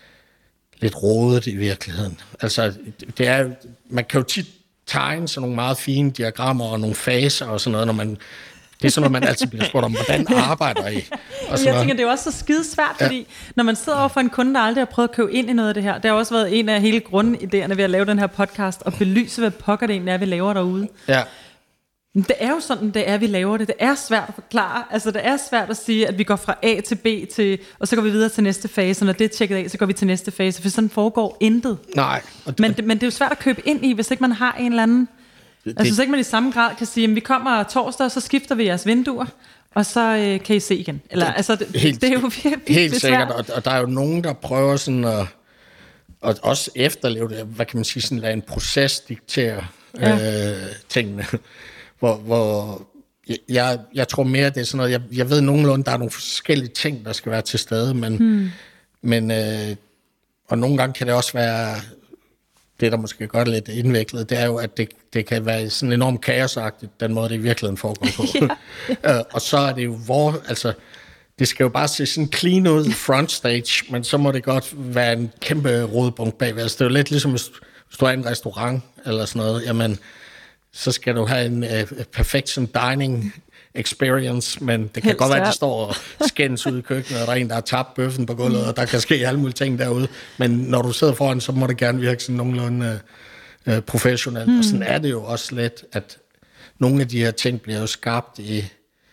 lidt rodet i virkeligheden. Altså, det er, man kan jo tit tegne sådan nogle meget fine diagrammer og nogle faser og sådan noget, når man, det er sådan noget, man altid bliver spurgt om, hvordan arbejder I? Og jeg tænker, det er jo også så skide svært, fordi ja. når man sidder over for en kunde, der aldrig har prøvet at købe ind i noget af det her, det har også været en af hele grundidéerne ved at lave den her podcast, og belyse, hvad pokker det egentlig er, vi laver derude. Ja. Det er jo sådan, det er, vi laver det. Det er svært at forklare. Altså, det er svært at sige, at vi går fra A til B, til, og så går vi videre til næste fase. Når det er tjekket af, så går vi til næste fase. For sådan foregår intet. Nej. Det, men, det, men det er jo svært at købe ind i, hvis ikke man har en eller anden... Det, altså, så ikke man i samme grad kan sige, at vi kommer torsdag, og så skifter vi jeres vinduer, og så øh, kan I se igen. Eller, det, altså, det, helt, det er jo virkelig helt sikkert, og, og der er jo nogen, der prøver sådan at... Og også efterleve det, hvad kan man sige, sådan lade en proces diktere ja. øh, tingene. Hvor, hvor jeg, jeg tror mere, det er sådan noget, jeg, jeg ved nogenlunde, der er nogle forskellige ting, der skal være til stede, men, hmm. men øh, og nogle gange kan det også være, det der måske gør det lidt indviklet, det er jo, at det, det kan være sådan enormt kaosagtigt, den måde, det i virkeligheden foregår på. ja. øh, og så er det jo, hvor, altså, det skal jo bare se sådan clean ud frontstage, men så må det godt være en kæmpe rodebunke bagved. Altså, det er jo lidt ligesom, hvis, hvis du er i en restaurant, eller sådan noget, jamen, så skal du have en uh, perfection dining experience, men det kan Helt godt være, at de står og skændes ude i køkkenet, og der er en, der har tabt bøffen på gulvet, og der kan ske alle mulige ting derude. Men når du sidder foran, så må det gerne virke sådan nogenlunde uh, professionelt. Mm. Og sådan er det jo også lidt, at nogle af de her ting bliver jo skabt i...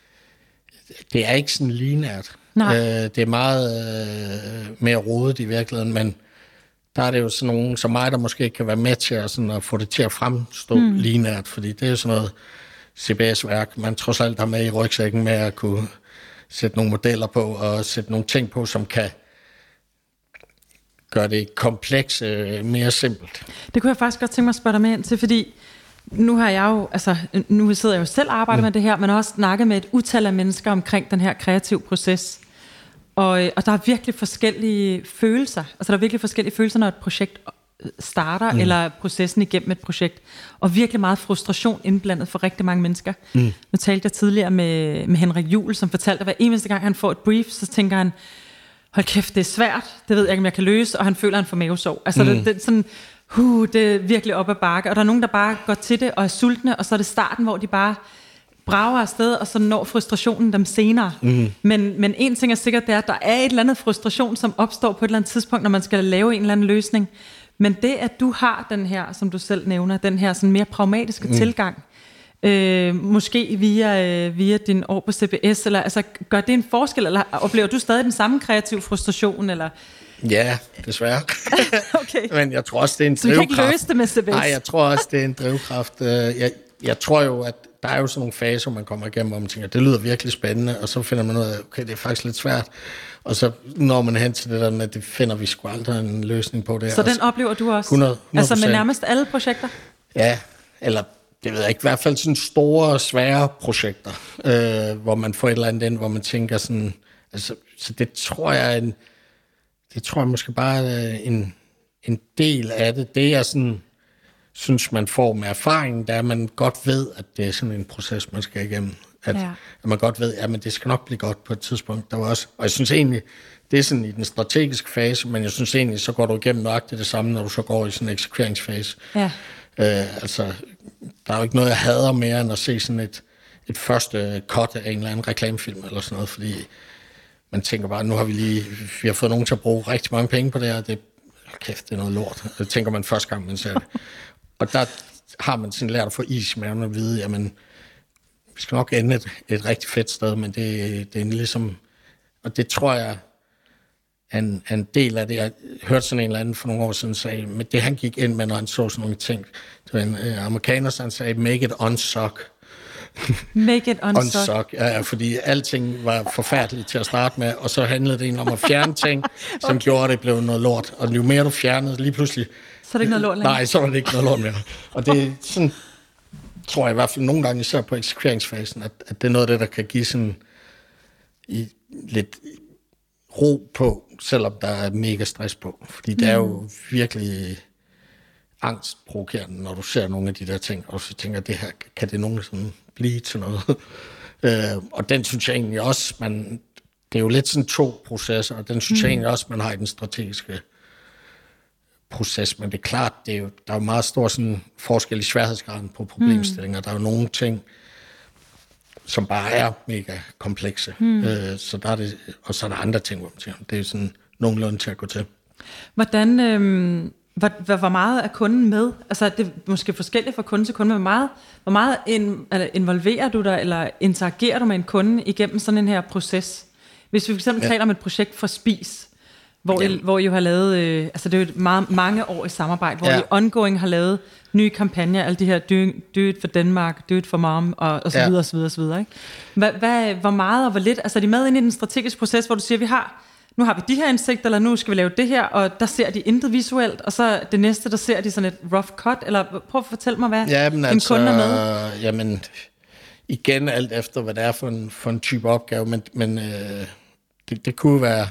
Det er ikke sådan lineært. Uh, det er meget uh, mere rodet i virkeligheden, men der er det jo sådan nogen som mig, der måske kan være med til at, sådan, at få det til at fremstå mm. lineært, fordi det er jo sådan noget C B S-værk, man trods alt har med i rygsækken med at kunne sætte nogle modeller på og sætte nogle ting på, som kan gøre det komplekse mere simpelt. Det kunne jeg faktisk godt tænke mig at spørge dig med ind til, fordi nu har jeg jo, altså nu sidder jeg jo selv og arbejder mm. med det her, men også snakket med et utal af mennesker omkring den her kreative proces. Og, og der er virkelig forskellige følelser. Altså der er virkelig forskellige følelser, når et projekt starter, mm. eller processen igennem et projekt. Og virkelig meget frustration indblandet for rigtig mange mennesker. Mm. Nu talte jeg tidligere med, med Henrik Juhl, som fortalte, at hver eneste gang han får et brief, så tænker han, hold kæft, det er svært, det ved jeg ikke, om jeg kan løse, og han føler, at han får mavesår. Altså, mm. det, det, sådan, uh, det er virkelig op ad bakke, og der er nogen, der bare går til det og er sultne, og så er det starten, hvor de bare brager afsted, og så når frustrationen dem senere. Mm. Men, men en ting er sikkert, det er, at der er et eller andet frustration, som opstår på et eller andet tidspunkt, når man skal lave en eller anden løsning. Men det, at du har den her, som du selv nævner, den her sådan mere pragmatiske mm. tilgang, øh, måske via, øh, via din år på C B S, eller altså, gør det en forskel, eller oplever du stadig den samme kreative frustration, eller... Ja, desværre. Okay. Men jeg tror også, det er en så drivkraft. Så du kan ikke løse det med C B S? Nej, jeg tror også, det er en drivkraft. Jeg, jeg tror jo, at der er jo sådan nogle faser, man kommer igennem, hvor man tænker, det lyder virkelig spændende, og så finder man ud af, okay, det er faktisk lidt svært. Og så når man hen til det der med, det finder vi sgu aldrig en løsning på det. Så den oplever du også? hundrede, hundrede altså med nærmest alle projekter? Ja, eller det ved jeg ikke, i hvert fald sådan store, svære projekter, øh, hvor man får et eller andet ind, hvor man tænker sådan, altså, så det tror jeg er en, det tror jeg måske bare er en, en del af det. Det er sådan, synes man får med erfaring, der er, at man godt ved, at det er sådan en proces, man skal igennem. At, ja. at man godt ved, at det skal nok blive godt på et tidspunkt. Der var også, og jeg synes egentlig, det er sådan i den strategiske fase, men jeg synes egentlig, så går du igennem nøjagtigt det samme, når du så går i sådan en eksekveringsfase. Ja. Øh, altså, der er jo ikke noget, jeg hader mere, end at se sådan et, et første cut af en eller anden reklamefilm eller sådan noget, fordi man tænker bare, nu har vi lige, vi har fået nogen til at bruge rigtig mange penge på det her, det, kæft, det er noget lort. Det tænker man første gang, man ser det. Og der har man sådan lært at få is med at vide, jamen, vi skal nok ende et, et rigtig fedt sted, men det, det er ligesom, og det tror jeg er en, en del af det. Jeg hørte sådan en eller anden for nogle år siden sagde, men det han gik ind med, når han så sådan nogle ting, det var en uh, amerikaner, så han sagde, make it unsuck. Make it unsuck. Unsuck, ja, fordi alting var forfærdeligt til at starte med, og så handlede det egentlig om at fjerne ting, som okay. gjorde, at det blev noget lort. Og jo mere du fjernede, lige pludselig... Så er det ikke noget lort længere? Nej, så var det ikke noget lort mere. Og det er sådan, tror jeg i hvert fald nogle gange, især på eksekveringsfasen, at, at det er noget af det, der kan give sådan i, lidt ro på, selvom der er mega stress på. Fordi det er jo virkelig angstprovokerende, når du ser nogle af de der ting, og så tænker, det her, kan det nogensinde blive til noget? øh, og den synes jeg egentlig også, man, det er jo lidt sådan to processer, og den synes mm. jeg egentlig også, man har i den strategiske proces, men det er klart, det er jo, der er jo meget stor sådan forskel i sværhedsgraden på problemstillinger. Mm. Der er jo nogle ting, som bare er mega komplekse. Mm. Øh, så der er det, og så er der andre ting, hvor man siger, det er sådan nogenlunde til at gå til. Hvordan, øh, hvor, hvor meget er kunden med? Altså, det er måske forskelligt fra kunde til kunde, men hvor meget, hvor meget in, eller involverer du dig, eller interagerer du med en kunde igennem sådan en her proces? Hvis vi for eksempel ja. taler om et projekt fra Spis, Hvor, I, hvor I jo har lavet, øh, altså det er jo et meget, mange år i samarbejde, hvor ja. I ongoing har lavet nye kampagner, alle de her do, do it for Danmark, do it for mom, og, og så ja. videre, og så videre, og så videre, ikke? Hvad, hvad, hvor meget og hvor lidt, altså er de med ind i den strategiske proces, hvor du siger, vi har, nu har vi de her indsigter, eller nu skal vi lave det her, og der ser de intet visuelt, og så det næste, der ser de sådan et rough cut, eller prøv at fortælle mig, hvad jamen, en altså, kunde er med? Jamen, igen alt efter, hvad det er for en, for en type opgave, men, men øh, det, det kunne være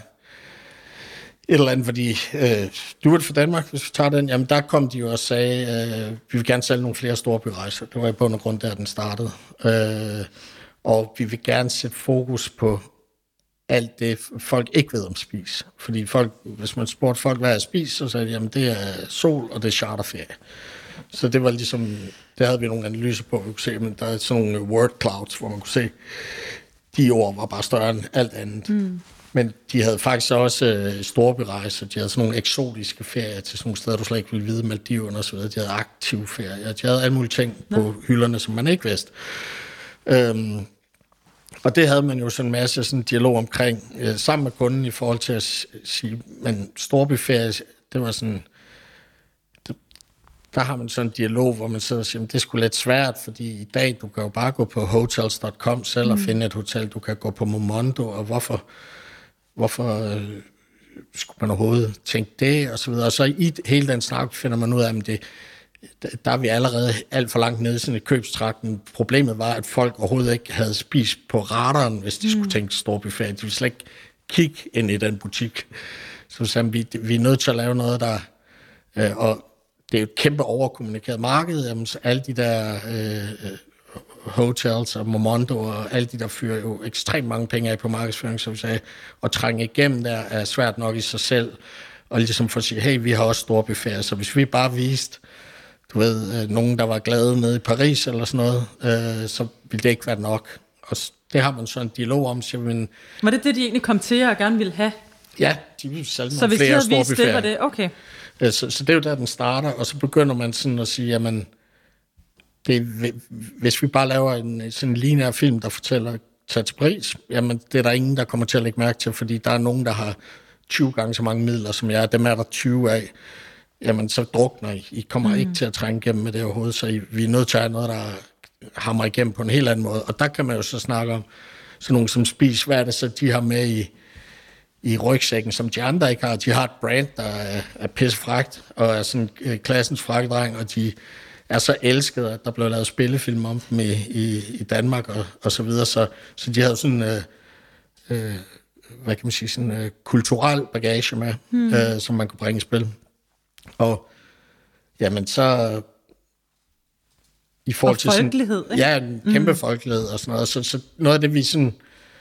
et eller andet, fordi øh, du er for Danmark, hvis vi tager den, jamen der kom de jo og sagde, øh, vi vil gerne sælge nogle flere storbyrejser. Det var i bund og grund, der den startede. Øh, og vi vil gerne sætte fokus på alt det, folk ikke ved om Spis. Fordi folk, hvis man spurgte folk, hvad er Spis, så sagde de, jamen det er sol, og det er charterferie. Så det var ligesom, der havde vi nogle analyser på, vi kunne se, men der er sådan nogle word clouds, hvor man kunne se, de ord var bare større end alt andet. Mm. Men de havde faktisk også øh, storbyrejser, de havde sådan nogle eksotiske ferier til sådan nogle steder, du slet ikke ville vide, Maldiverne og så videre. De havde aktive ferier, de havde alle mulige ting på Nå. hylderne, som man ikke vidste. Øhm, og det havde man jo sådan en masse sådan dialog omkring, øh, sammen med kunden i forhold til at sige, men storbyferie, det var sådan, det, der har man sådan en dialog, hvor man sidder og siger, det er sgu lidt svært, fordi i dag, du kan jo bare gå på hotels punktum com selv mm. og finde et hotel, du kan gå på Momondo, og hvorfor Hvorfor øh, skulle man overhovedet tænke det, og så videre. Og så i hele den snak finder man ud af, at det, der er vi allerede alt for langt nede i sådan et købstrakten. Problemet var, at folk overhovedet ikke havde spist på radaren, hvis de mm. skulle tænke storbyferie. De ville slet ikke kigge ind i den butik. Så sagde vi, vi er nødt til at lave noget, der... Øh, og det er jo et kæmpe overkommunikeret marked. Jamen, alle de der... Øh, Hotels og Momondo og alle de der fyrer jo ekstremt mange penge af på markedsføring, som vi sagde, og trænge igennem der er svært nok i sig selv, og ligesom for at sige, hey, vi har også store buffeter, så hvis vi bare viste, du ved, nogen, der var glade nede i Paris eller sådan noget, øh, så ville det ikke være nok. Og det har man så en dialog om. Så men, var det det, de egentlig kom til og gerne ville have? Ja, de ville sælge så hvis flere de havde vist det, var det okay. Så, så det er jo der, den starter, og så begynder man sådan at sige, jamen, det, hvis vi bare laver en sådan en lineær film, der fortæller, tag til pris, jamen, det er der ingen, der kommer til at lægge mærke til, fordi der er nogen, der har tyve gange så mange midler, som jeg er. Dem er der tyve af. Jamen, så drukner I. I kommer mm. ikke til at trænge igennem med det overhovedet, så I, vi er nødt til at have noget, der hammer igennem på en helt anden måde. Og der kan man jo så snakke om sådan nogle som Spis, hvad er det så, de har med i, i rygsækken, som de andre ikke har. De har et brand, der er, er pissefragt, og er sådan øh, klassens fragtdreng, og de er så elskede, at der blev lavet spillefilm om dem i, i, i Danmark, og, og så videre. Så, så de havde sådan, øh, øh, hvad kan man sige, sådan øh, kulturel bagage med, mm. øh, som man kunne bringe i spil. Og jamen så i forhold og til folkelighed, sådan, ja, en kæmpe mm. folkelighed og sådan noget. Så, så noget af det vi sådan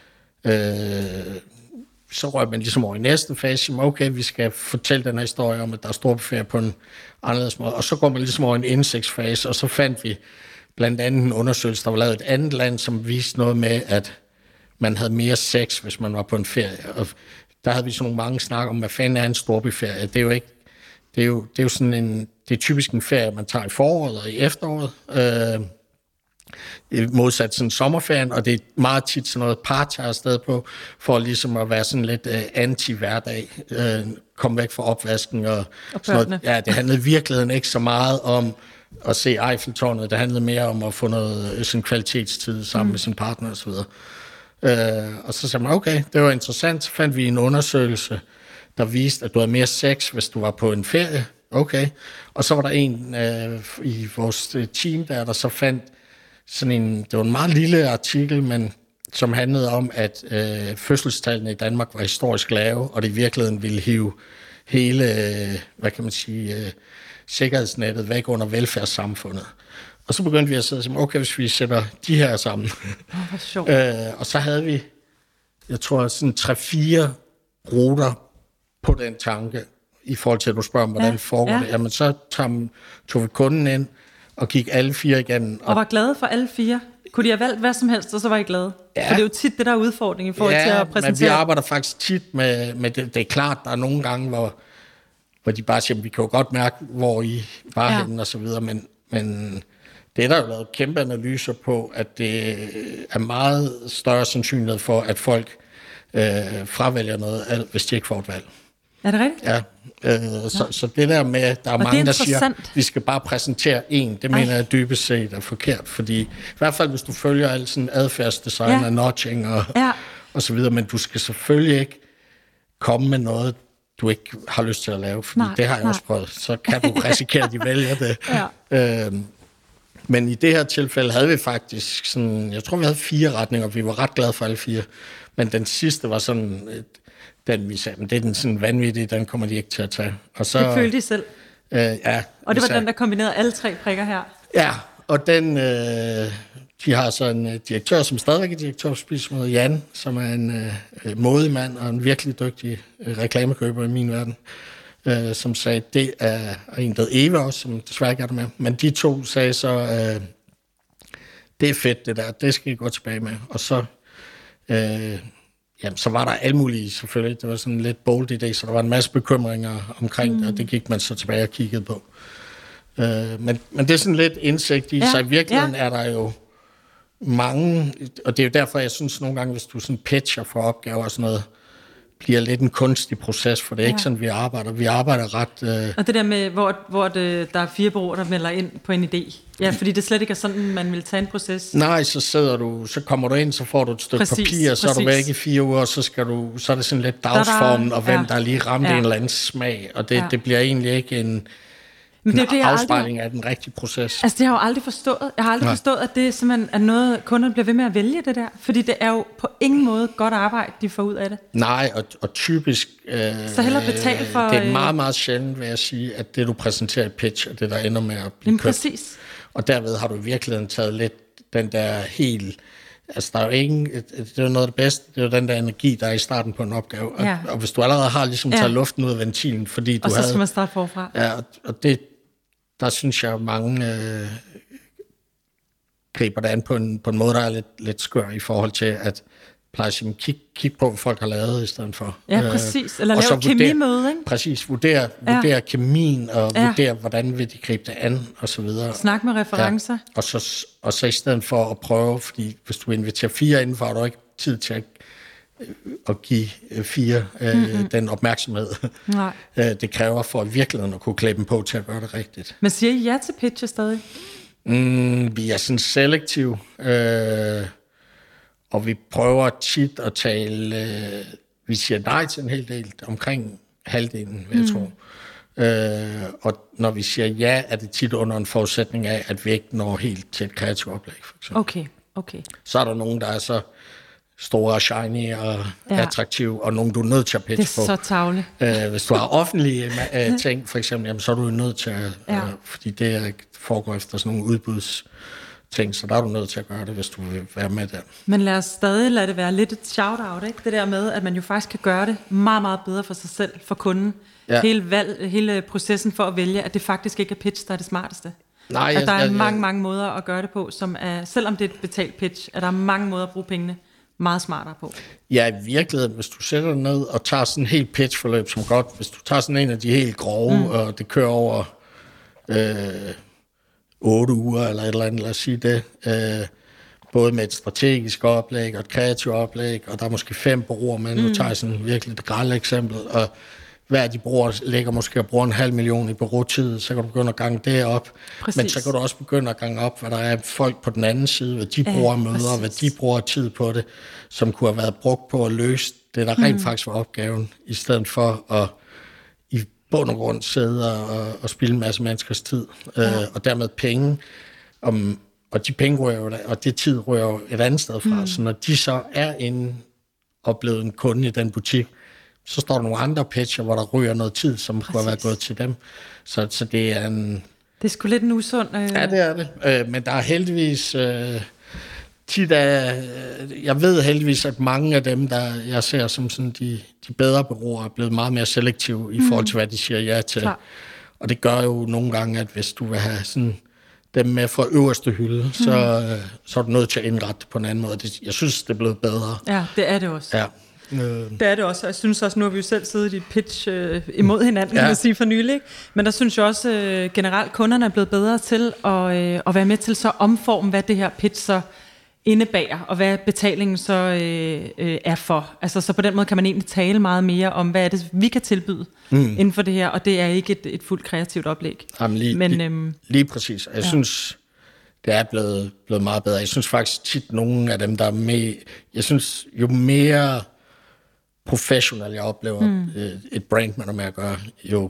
øh, så rører man ligesom over i næste fase, okay, vi skal fortælle den her historie om, at der er storbuffeter på en anderledes måde, og så går man ligesom over i en indsigtsfase, og så fandt vi blandt andet en undersøgelse, der var lavet et andet land, som viste noget med, at man havde mere sex, hvis man var på en ferie, og der havde vi sådan nogle mange snak om, hvad fanden er en storbyferie. Det er jo ikke, det er jo, det er jo sådan en, det er typisk en ferie, man tager i foråret og i efteråret, øh, modsat sådan sommerferien, og det er meget tit sådan noget par tager afsted på, for ligesom at være sådan lidt øh, anti-hverdag, øh, komme væk fra opvasken og, og sådan noget. Ja, det handlede i virkeligheden ikke så meget om at se Eiffeltårnet, det handlede mere om at få noget sådan kvalitetstid sammen mm. med sin partner og så videre. Øh, og så sagde man, okay, det var interessant, så fandt vi en undersøgelse, der viste, at du havde mere sex, hvis du var på en ferie. Okay. Og så var der en øh, i vores team, der, der så fandt sådan en, det var en meget lille artikel, men som handlede om, at øh, fødselstallene i Danmark var historisk lave, og det i virkeligheden ville hive hele, øh, hvad kan man sige, øh, sikkerhedsnettet væk under velfærdssamfundet. Og så begyndte vi at sidde og sige, okay, hvis vi sætter de her sammen. Oh, hvor sjovt. øh, og så havde vi, jeg tror, sådan tre-fire ruter på den tanke, i forhold til, at du spørger om, hvordan ja, foregår ja. det. Jamen, så tog, tog vi kunden ind, og gik alle fire igennem. Og, og var glade for alle fire? Kunne de have valgt hvad som helst, og så var I glade? Ja. For det er jo tit det, der er udfordring i forhold ja, til at præsentere. Men vi arbejder faktisk tit med, med det. Det er klart, der er nogle gange, hvor, hvor de bare siger, vi kan jo godt mærke, hvor I var ja. henne og så videre, men, men det er der jo lavet kæmpe analyser på, at det er meget større sandsynlighed for, at folk øh, fravælger noget, hvis de ikke får et valg. Er det rigtigt? Ja, øh, så, så det der med, der er og mange, der siger, vi skal bare præsentere en, det Ej. mener jeg dybest set er forkert, fordi i hvert fald, hvis du følger alt sådan adfærdsdesign ja. og notching og, ja. og så videre, men du skal selvfølgelig ikke komme med noget, du ikke har lyst til at lave, fordi nej, det har jeg nej. også prøvet, så kan du risikere, at de vælger det. Ja. Øh, men i det her tilfælde havde vi faktisk sådan, jeg tror, vi havde fire retninger, vi var ret glade for alle fire, men den sidste var sådan et, den vi sagde, men det er den sådan vanvittige, den kommer de ikke til at tage. Og så, det følte de selv? Øh, ja. Og det var sagde, den, der kombinerede alle tre prikker her? Ja, og den, øh, de har så en direktør, som stadigvæk er direktør på Spismøde, Jan, som er en øh, modemand og en virkelig dygtig øh, reklamekøber i min verden, øh, som sagde, det er en, der Eva også, som desværre ikke er der med, men de to sagde så, øh, det er fedt det der, det skal I gå tilbage med. Og så... Øh, Jamen, så var der alt muligt selvfølgelig. Det var sådan en lidt bold idé, så der var en masse bekymringer omkring mm. det, og det gik man så tilbage og kiggede på. Øh, men, men det er sådan lidt indsigt i, ja. så i virkeligheden ja. er der jo mange, og det er jo derfor, jeg synes nogle gange, hvis du sådan pitcher for opgaver og sådan noget, bliver lidt en kunstig proces, for det er ja. ikke sådan, vi arbejder. Vi arbejder ret... Øh... Og det der med, hvor, hvor det, der er fire bureauer, der melder ind på en idé. Ja, fordi det slet ikke er sådan, man vil tage en proces. Nej, så sidder du, så kommer du ind, så får du et stykke præcis, papir, så præcis. er du væk i fire uger, og så, skal du, så er det sådan lidt dagsformen, og hvem ja. der lige ramte ja. en eller anden smag, og det, ja. det bliver egentlig ikke en... Men det er det, afspejling aldrig, af den rigtige proces. Altså, det har jeg jo aldrig forstået. Jeg har aldrig Nej. forstået, at det simpelthen er noget, kunderne bliver ved med at vælge det der. Fordi det er jo på ingen måde godt arbejde, de får ud af det. Nej, og, og typisk... Øh, så hellere betale for... Det er meget, meget sjældent, vil jeg sige, at det, du præsenterer i pitch, er det, der ender med at blive købt. Præcis. Og derved har du i virkeligheden taget lidt den der helt... Altså, der er jo ingen... Det er jo noget af det bedste. Det er jo den der energi, der er i starten på en opgave. Og, ja. og hvis du allerede har ligesom taget ja. luften ud af ventilen, fordi du og så havde... skal man starte forfra. Ja, og, og det... Der synes jeg, mange øh, griber det an på en, på en måde, der er lidt, lidt skør i forhold til, at plejer at kigge kig på, hvad folk har lavet i stedet for. Ja, præcis. Eller lave et kemimøde, ikke? Præcis. Vurdere, ja. vurdere kemien, og ja. vurdere, hvordan vil de gribe det an, og så videre. Snak med referencer. Ja. Og, så, og så i stedet for at prøve, fordi hvis du inviterer fire indenfor, har du ikke tid til at, at give fire mm-hmm. øh, den opmærksomhed. Nej. Det kræver for i virkeligheden at kunne klæde dem på til at gøre det rigtigt. Men siger I ja til pitches stadig? Mm, vi er sådan selektive. Øh, Og vi prøver tit at tale, øh, vi siger nej til en hel del, omkring halvdelen, vil jeg mm. tro. Øh, og når vi siger ja, er det tit under en forudsætning af, at vi ikke når helt til et kreativt oplæg, for eksempel. Okay, okay. Så er der nogen, der er så store og shiny og ja. attraktive, og nogen, du er nødt til at pitche på. Det er på. Så tavle. Øh, hvis du har offentlige øh, ting, for eksempel, jamen, så er du nødt til at, ja. øh, fordi det foregår efter sådan nogle udbuds ting, så der er du nødt til at gøre det, hvis du vil være med der. Men lad os stadig lade det være lidt et shout-out, ikke? Det der med, at man jo faktisk kan gøre det meget, meget bedre for sig selv, for kunden. Ja. Hele, valg, hele processen for at vælge, at det faktisk ikke er pitch, der er det smarteste. Nej, at der er jeg, mange, jeg, mange måder at gøre det på, som er, selvom det er et betalt pitch, at der er mange måder at bruge pengene meget smartere på. Ja, i virkeligheden, hvis du sætter dig ned og tager sådan en helt pitch-forløb som godt, hvis du tager sådan en af de helt grove, mm. og det kører over... Øh, otte uger eller et eller andet, lad os sige det. Øh, både med et strategisk oplæg og et kreativt oplæg, og der er måske fem bureauer, men mm. nu tager jeg sådan virkelig et grælde eksempel, og hver af de bureauer lægger måske og bruger en halv million i bureautid, så kan du begynde at gange det op. Præcis. Men så kan du også begynde at gange op, hvad der er folk på den anden side, hvad de bruger ja, møder, præcis. hvad de bruger tid på det, som kunne have været brugt på at løse det, der mm. rent faktisk var opgaven, i stedet for at i bund og grund sidde og, og spilde en masse menneskers tid, ja. øh, og dermed penge, om, og de penge rører jo, og det tid rører jo et andet sted fra, mm. så når de så er inde og blevet en kunde i den butik, så står der nogle andre pitcher, hvor der ryger noget tid, som Præcis. kunne have været gået til dem. Så, så det er en... Det er sgu lidt en usund... Øh... Ja, det er det. Øh, men der er heldigvis... Øh, tit af, øh, jeg ved heldigvis, at mange af dem, der jeg ser som sådan de, de bedre bureauer, er blevet meget mere selektive i mm. forhold til, hvad de siger ja til. Klar. Og det gør jo nogle gange, at hvis du vil have sådan dem med fra øverste hylde, mm. så, øh, så er du nødt til at indrette det på en anden måde. Det, jeg synes, det er blevet bedre. Ja, det er det også. Ja. Det er det også, og jeg synes også, nu har vi jo selv siddet i et pitch øh, imod hinanden, ja. kan man sige for nylig, ikke? Men der synes jeg også øh, generelt, kunderne er blevet bedre til at, øh, at være med til så omforme, hvad det her pitch så indebærer, og hvad betalingen så øh, øh, er for. Altså, så på den måde kan man egentlig tale meget mere om, hvad er det, vi kan tilbyde mm. inden for det her, og det er ikke et, et fuldt kreativt oplæg. Jamen lige, Men, øhm, lige, lige præcis. Jeg ja. synes, det er blevet, blevet meget bedre. Jeg synes faktisk tit, nogle af dem, der er med... Jeg synes, jo mere professionelt jeg oplever mm. et brand, man har med at gøre, jo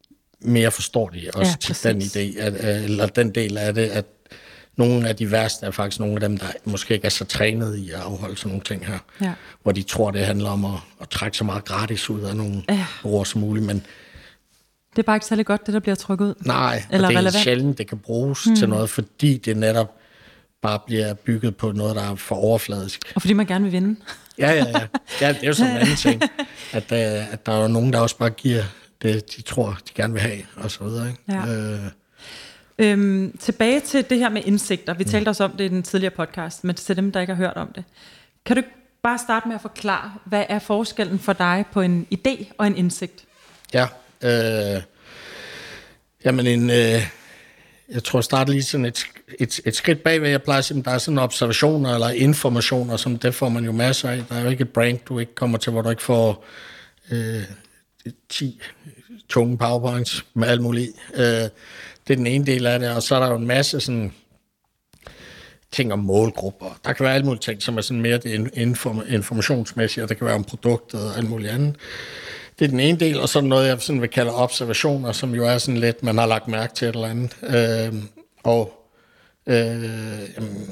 mere forstår de også ja, til den idé, at, eller den del af det, at nogle af de værste er faktisk nogle af dem, der måske ikke er så trænet i at afholde sådan nogle ting her, ja. hvor de tror, det handler om at, at trække så meget gratis ud af nogle ja. ord som muligt, men det er bare ikke særlig godt, det der bliver trykket ud. Nej, eller og det er relevant. Sjældent, det kan bruges mm. til noget, fordi det netop bare bliver bygget på noget, der er for overfladisk. Og fordi man gerne vil vinde. ja, ja, ja. Ja, det er jo sådan en anden ting, at, uh, at der er nogen, der også bare giver det, de tror, de gerne vil have, og så videre. Ikke? Ja. Øh. Øhm, tilbage til det her med indsigter. Vi mm. talte også om det i den tidligere podcast, men til dem, der ikke har hørt om det. Kan du bare starte med at forklare, hvad er forskellen for dig på en idé og en indsigt? Ja, øh, jamen en... Øh, jeg tror, jeg starter lige sådan et, et, et skridt bagved. Jeg plejer at sige, at der er sådan observationer eller informationer, som det får man jo masser af. Der er jo ikke et brand, du ikke kommer til, hvor du ikke får øh, ti tunge powerpoints med alt muligt. Øh, det er den ene del af det, og så er der jo en masse sådan ting om målgrupper. Der kan være alt muligt ting, som er sådan mere det inform- informationsmæssige, og der kan være om produktet og alt muligt andet. Det er den ene del, og så noget, jeg sådan vil kalde observationer, som jo er sådan lidt, man har lagt mærke til et eller andet. Øh, og øh, jamen,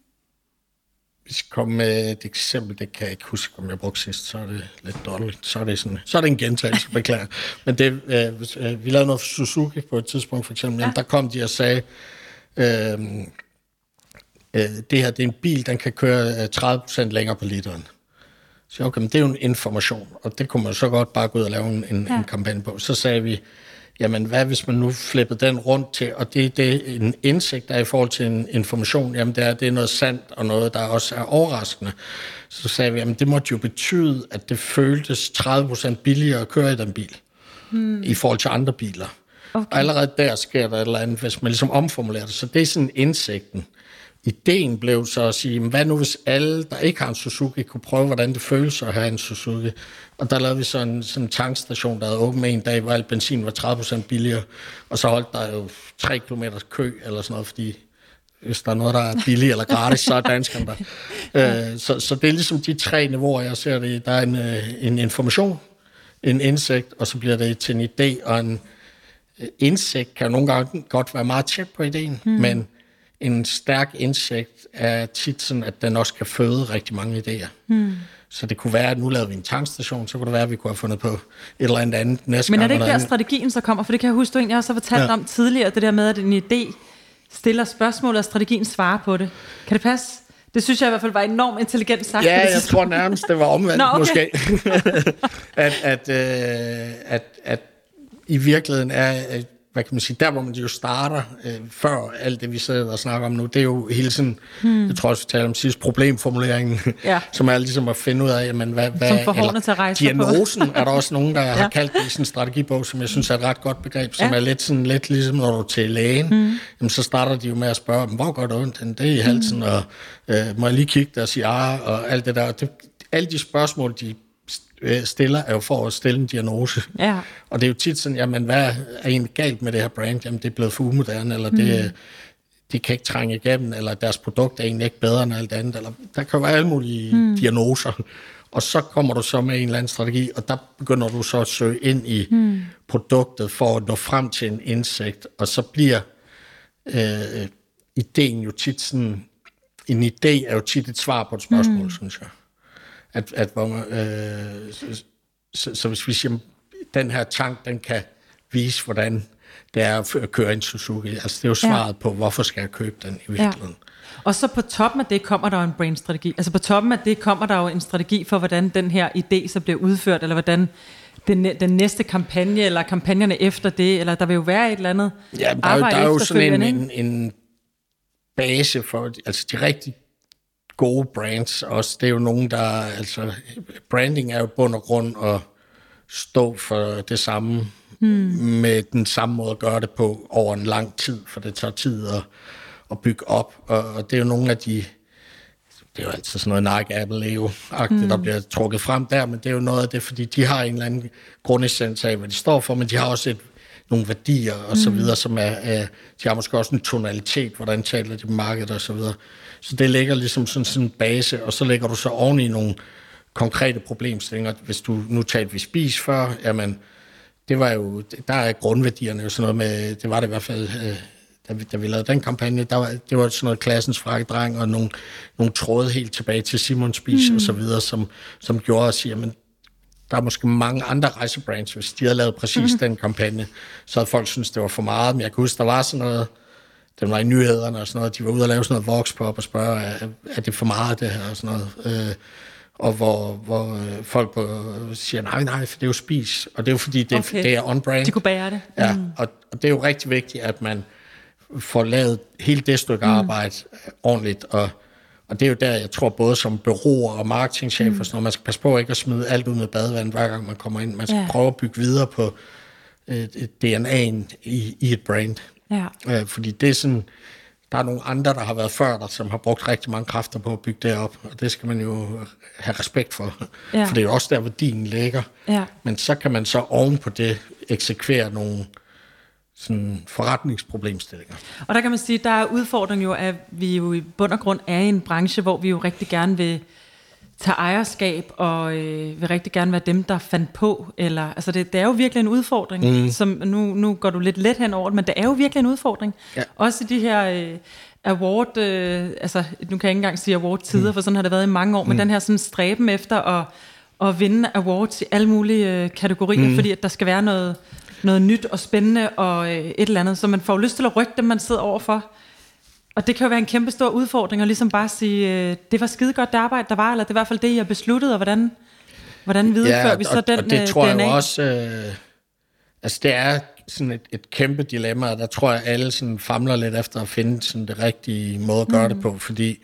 vi skal komme med et eksempel, det kan jeg ikke huske, om jeg brugte sidst, så er det lidt dårligt. Så er det, sådan, så er det en gentagelse, beklager. Men det, øh, vi lavede noget for Suzuki på et tidspunkt, for eksempel. Ja. Der kom de og sagde, øh, øh, det her det er en bil, den kan køre tredive procent længere på literen. Så okay, men det er jo en information, og det kunne man så godt bare gå ud og lave en, en, ja. en kampagne på. Så sagde vi, jamen hvad hvis man nu flippede den rundt til, og det, det er en indsigt, der er i forhold til en information, jamen det er, det er noget sandt, og noget, der også er overraskende. Så sagde vi, jamen det måtte jo betyde, at det føltes tredive procent billigere at køre i den bil, hmm. i forhold til andre biler. Okay. Og allerede der sker der et eller andet, hvis man ligesom omformulerer det. Så det er sådan indsigten. Ideen blev så at sige, hvad nu hvis alle, der ikke har en Suzuki, kunne prøve, hvordan det føles at have en Suzuki. Og der lavede vi så en, sådan en tankstation, der havde åbent en dag, hvor al benzin var tredive procent billigere. Og så holdt der jo tre kilometer kø eller sådan noget, fordi hvis der er noget, der er billigt eller gratis, så er danskerne der. ja. øh, så, så det er ligesom de tre niveauer, jeg ser det. Der er en, en information, en indsigt, og så bliver det til en idé, og en indsigt kan nogle gange godt være meget tæt på ideen, hmm. men en stærk indsigt er tit sådan, at den også kan føde rigtig mange idéer. Hmm. Så det kunne være, at nu lavede vi en tankstation, så kunne det være, at vi kunne have fundet på et eller andet andet næste Men gang. er det ikke der anden. strategien så kommer? For det kan jeg huske, du egentlig også har fortalt ja. om tidligere, det der med, at en idé stiller spørgsmål, og strategien svarer på det. Kan det passe? Det synes jeg i hvert fald var enormt intelligent sagt. Ja, jeg tror nærmest, det var omvendt. Nå, okay. Måske. at, at, øh, at, at i virkeligheden er, hvad kan man sige, der hvor man jo starter, øh, før alt det, vi sidder og snakker om nu, det er jo hele sådan, hmm. jeg tror også, vi taler om sidst, problemformuleringen, ja. som er ligesom at finde ud af, jamen, hvad, hvad eller, til at rejse diagnosen er der også nogen, der ja. har kaldt det i sådan en strategibog, som jeg synes er et ret godt begreb, som ja. er lidt sådan, lidt ligesom når du er til lægen, hmm. jamen, så starter de jo med at spørge, hvor går det ondt? Det er i halsen, hmm. og øh, må jeg lige kigge der og sige, ah, og alt det der. Det, alle de spørgsmål, de stiller, er jo for at stille en diagnose. Ja. Og det er jo tit sådan, jamen, hvad er egentlig galt med det her brand? Jamen, det er blevet for umoderne, eller mm. det, de kan ikke trænge igennem, eller deres produkt er egentlig ikke bedre end alt andet, eller der kan jo være alle mulige mm. diagnoser. Og så kommer du så med en eller anden strategi, og der begynder du så at søge ind i mm. produktet for at nå frem til en indsigt, og så bliver øh, ideen jo tit sådan, en idé er jo tit et svar på et spørgsmål, mm. synes jeg. At, at hvor man, øh, så, så, så hvis vi siger, den her tank, den kan vise, hvordan det er at køre en Suzuki. Altså det er jo svaret ja. på, hvorfor skal jeg købe den i virkeligheden. Ja. Og så på toppen af det kommer der jo en brandstrategi. Altså på toppen af det kommer der jo en strategi for, hvordan den her idé så bliver udført, eller hvordan den, den næste kampagne, eller kampagnerne efter det, eller der vil jo være et eller andet ja, der arbejde er, der er jo sådan en, en, en base for, altså de rigtig gode brands også. Det er jo nogen, der... Altså, branding er jo bund og grund at stå for det samme, hmm. med den samme måde at gøre det på over en lang tid, for det tager tid at, at bygge op. Og, og det er jo nogle af de... Det er jo altid sådan noget Nike, Apple, Leo-agtigt, hmm. der bliver trukket frem der, men det er jo noget af det, fordi de har en eller anden grundessens af, hvad de står for, men de har også et, nogle værdier og så videre, som er... Uh, de har måske også en tonalitet, hvordan taler de på markedet og så videre. Så det ligger ligesom sådan, sådan en base, og så lægger du så oven i nogle konkrete problemstillinger. Hvis du nu talte vi spis før, jamen, det var jo, der er grundværdierne jo sådan noget med, det var det i hvert fald, da vi, da vi lavede den kampagne, der var, det var sådan noget klassens frækkedreng, og nogle, nogle tråde helt tilbage til Simon Spis mm. og så videre, som, som gjorde os, jamen, der er måske mange andre rejsebrands, hvis de havde lavet præcis mm. den kampagne, så havde folk syntes, det var for meget, men jeg kan huske, der var sådan noget, den var i nyhederne og sådan noget, de var ude og lave sådan noget voxpop og spørge, er, er det for meget det her og sådan noget, øh, og hvor, hvor øh, folk på, siger, nej, nej, for det er jo spis, og det er jo fordi, det, okay. det er on-brand. De kunne bære det. Ja, mm. og, og det er jo rigtig vigtigt, at man får lavet hele det stykke mm. arbejde ordentligt, og, og det er jo der, jeg tror, både som bureauer og marketingchef mm. og sådan noget, man skal passe på ikke at smide alt ud med badevandet, hver gang man kommer ind. Man skal yeah. prøve at bygge videre på øh, D N A'en i, i et brand. Ja. Øh, fordi det er sådan, der er nogle andre, der har været før dig, som har brugt rigtig mange kræfter på at bygge det op, og det skal man jo have respekt for, ja. for det er jo også der, hvor din ligger. Ja. Men så kan man så oven på det eksekvere nogle sådan forretningsproblemstillinger. Og der kan man sige, der er udfordringen jo, at vi jo i bund og grund er i en branche, hvor vi jo rigtig gerne vil tage ejerskab, og øh, vil rigtig gerne være dem, der fandt på, eller, altså det, det er jo virkelig en udfordring, mm. som nu, nu går du lidt let hen over det, men det er jo virkelig en udfordring. Ja. Også i de her øh, award, øh, altså nu kan jeg ikke engang sige award-tider, mm. for sådan har det været i mange år, mm. men den her sådan stræben efter at, at vinde awards i alle mulige øh, kategorier, mm. fordi at der skal være noget, noget nyt og spændende, og øh, et eller andet, så man får lyst til at rykke dem, man sidder overfor. og det kan jo være en kæmpe stor udfordring, at ligesom bare sige, øh, det var skide godt det arbejde, der var, eller det er i hvert fald det, jeg besluttede, og hvordan, hvordan viderefører ja, vi så og, den og det tror D N A? jeg jo også, øh, altså det er sådan et, et kæmpe dilemma, og der tror jeg, alle sådan famler lidt efter at finde sådan det rigtige måde at gøre mm. det på, fordi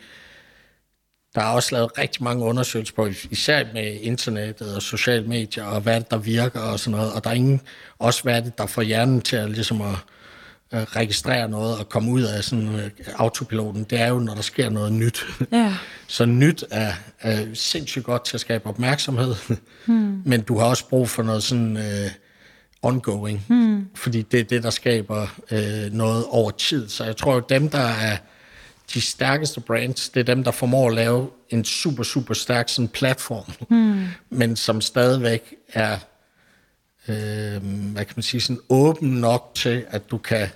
der er også lavet rigtig mange undersøgelser på, især med internettet og sociale medier, og hvad det, der virker og sådan noget, og der er ingen, også hvad det, der får hjernen til at, ligesom at uh, registrere noget og komme ud af sådan uh, autopiloten, det er jo, når der sker noget nyt. Ja. Så nyt er, er sindssygt godt til at skabe opmærksomhed, hmm. men du har også brug for noget sådan uh, ongoing, hmm. fordi det er det, der skaber uh, noget over tid. Så jeg tror, at dem, der er de stærkeste brands, det er dem, der formår at lave en super, super stærk sådan platform, hmm. men som stadigvæk er, øh, hvad kan man sige, sådan åben nok til, at du kan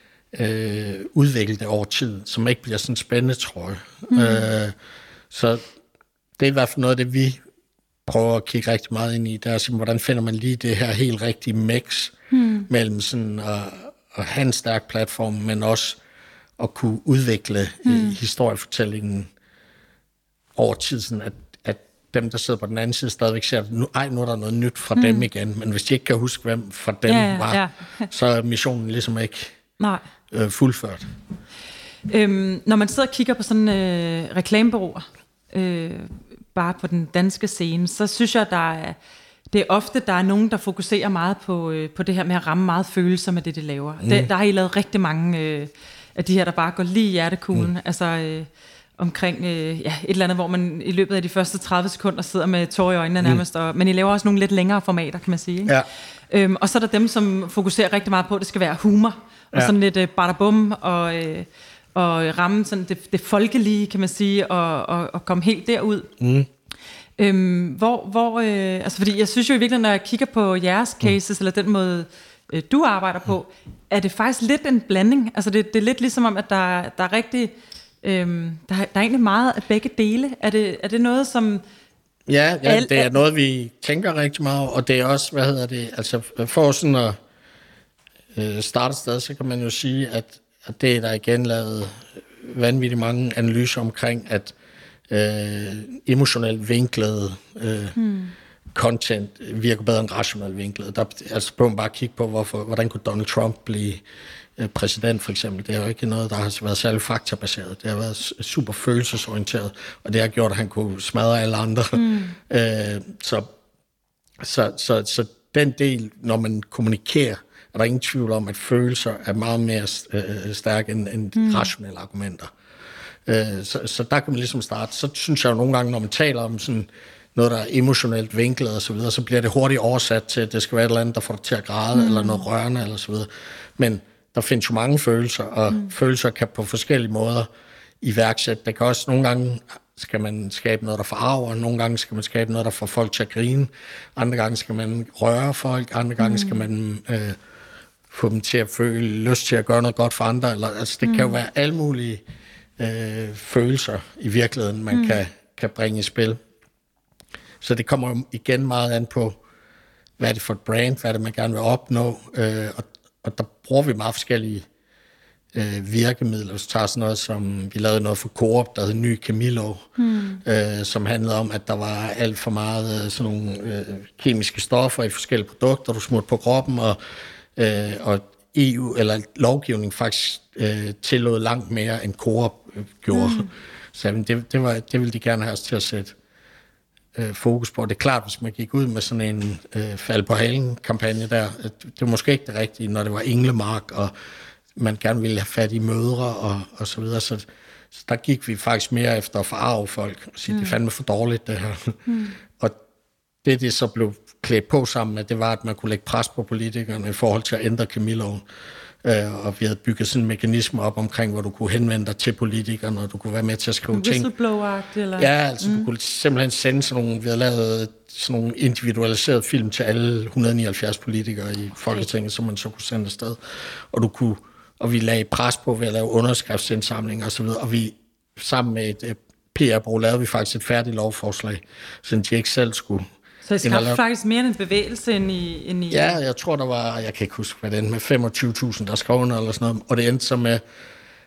øh, udvikle det over tid, som ikke bliver sådan spændende, tror jeg. Hmm. Øh, så det er i hvert fald noget af det, vi prøver at kigge rigtig meget ind i, det er simpelthen, hvordan finder man lige det her helt rigtige mix hmm. mellem sådan at, at have en stærk platform, men også at kunne udvikle mm. øh, historiefortællingen over tid, sådan at, at dem, der sidder på den anden side, stadigvæk ser, at nu, ej, nu er der noget nyt fra mm. dem igen, men hvis de ikke kan huske, hvem fra dem ja, var, ja. så er missionen ligesom ikke Nej. Øh, fuldført. Øhm, når man sidder og kigger på sådan øh, reklamebureauer, øh, bare på den danske scene, så synes jeg, der er, det er ofte, der er nogen, der fokuserer meget på, øh, på det her med at ramme meget følelser med det, de laver. Mm. Det, der har I lavet rigtig mange øh, af de her, der bare går lige i hjertekuglen, mm. altså øh, omkring øh, ja, et eller andet, hvor man i løbet af de første tredive sekunder sidder med tårer i øjnene nærmest, mm. og, men I laver også nogle lidt længere formater, kan man sige. Ikke? Ja. Øhm, og så er der dem, som fokuserer rigtig meget på, at det skal være humor, og ja. sådan lidt øh, badabum, og, øh, og ramme sådan det, det folkelige, kan man sige, og, og, og komme helt derud. Mm. Øhm, hvor, hvor øh, altså fordi jeg synes jo i virkeligheden, når jeg kigger på jeres cases, mm. eller den måde, øh, du arbejder på, er det faktisk lidt en blanding. Altså det, det er lidt ligesom om, at der, der er rigtig, øhm, der, der er egentlig meget af begge dele. Er det, er det noget, som... Ja, ja al- det er noget, vi tænker rigtig meget over, og det er også, hvad hedder det, altså for sådan at øh, starte et sted, så kan man jo sige, at, at det er der igen lavet vanvittigt mange analyser omkring, at øh, emotionelt vinklet øh, hmm. content virker bedre end rationelt vinklet. Der, altså prøv bare at kigge på, hvorfor, hvordan kunne Donald Trump blive øh, præsident for eksempel. Det er jo ikke noget, der har været særlig faktabaseret. Det har været super følelsesorienteret, og det har gjort, at han kunne smadre alle andre. Hmm. Øh, så, så, så, så den del, når man kommunikerer, er der ingen tvivl om, at følelser er meget mere øh, stærke end, end hmm. rationelle argumenter. Øh, så, så der kan man ligesom starte. Så synes jeg jo nogle gange, når man taler om sådan noget, der er emotionelt vinklet og så videre, så bliver det hurtigt oversat til, at det skal være et eller andet, der får dig til at græde, mm. eller noget rørende, eller så videre. Men der findes jo mange følelser, og mm. følelser kan på forskellige måder iværksætte. Det kan også nogle gange, skal man skabe noget, der forarver, nogle gange skal man skabe noget, der får folk til at grine, andre gange skal man røre folk, andre gange mm. skal man øh, få dem til at føle lyst til at gøre noget godt for andre. Eller, altså det mm. kan jo være alle mulige øh, følelser i virkeligheden, man mm. kan, kan bringe i spil. Så det kommer jo igen meget an på, hvad er det for et brand, hvad er det, man gerne vil opnå, øh, og, og der bruger vi meget forskellige øh, virkemidler. Så tager sådan noget, som vi lavede noget for Coop, der hed Ny Kemilov, hmm. øh, som handlede om, at der var alt for meget øh, sådan nogle øh, kemiske stoffer i forskellige produkter, du smurte på kroppen, og, øh, og E U eller lovgivning faktisk øh, tillod langt mere, end Coop øh, gjorde. Hmm. Så det, det, var, det ville de gerne have os til at sætte øh, fokus på. Det er klart, hvis man gik ud med sådan en øh, fald på halen-kampagne der, det var måske ikke det rigtige, når det var Englemark, og man gerne ville have fat i mødre og, og så videre. Så, så der gik vi faktisk mere efter at forarve folk og sige, mm. det er fandme for dårligt det her. Mm. Og det, det så blev klædt på sammen med, det var, at man kunne lægge pres på politikerne i forhold til at ændre kemiloven. Uh, og vi havde bygget sådan en mekanisme op omkring, hvor du kunne henvende dig til politikerne, og du kunne være med til at skrive ting. Whistleblower-agtigt, eller? Ja, altså mm. du kunne simpelthen sende sådan nogle, vi havde lavet sådan nogle individualiserede film til alle et hundrede og nioghalvfjerds politikere i Folketinget, som man så kunne sende afsted. Og du kunne, og vi lagde pres på ved at lave underskriftsindsamlinger og så videre, og vi sammen med et P R-bureau lavede vi faktisk et færdigt lovforslag, så de ikke selv skulle. Så det skabte faktisk mere en bevægelse end i, end i... Ja, jeg tror, der var, jeg kan ikke huske, hvad det endte med, femogtyve tusind, der skrev under eller sådan noget, og det endte så med,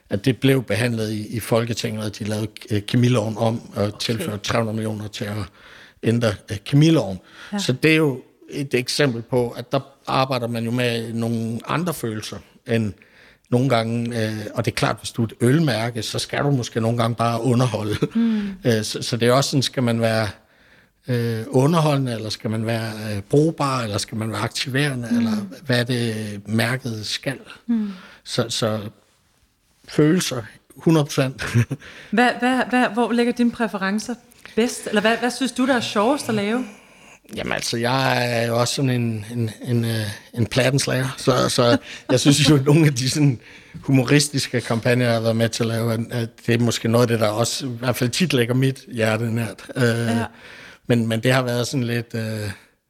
at det blev behandlet i, i Folketinget, og de lavede øh, kemiloven om og okay. tilførte tre hundrede millioner til at ændre øh, kemiloven. Ja. Så det er jo et eksempel på, at der arbejder man jo med nogle andre følelser end nogle gange, øh, og det er klart, hvis du er et ølmærke, så skal du måske nogle gange bare underholde. Mm. øh, så, så det er også sådan, skal man være øh, underholdende, eller skal man være øh, brugbar, eller skal man være aktiverende, mm. eller hvad er det mærket skal. Mm. Så, så følelser, hundrede procent. hvad, hvad, hvad, hvor ligger dine præferencer bedst? Eller hvad, hvad synes du, der er sjovest at lave? Jamen altså, jeg er jo også sådan en, en, en, en plattenslager, så, så jeg synes jo, at nogle af de sådan humoristiske kampagner, jeg har været med til at lave, at det er måske noget af det, der også i hvert fald tit lægger mit hjerte nært. Ja. Men, men det har været sådan lidt øh,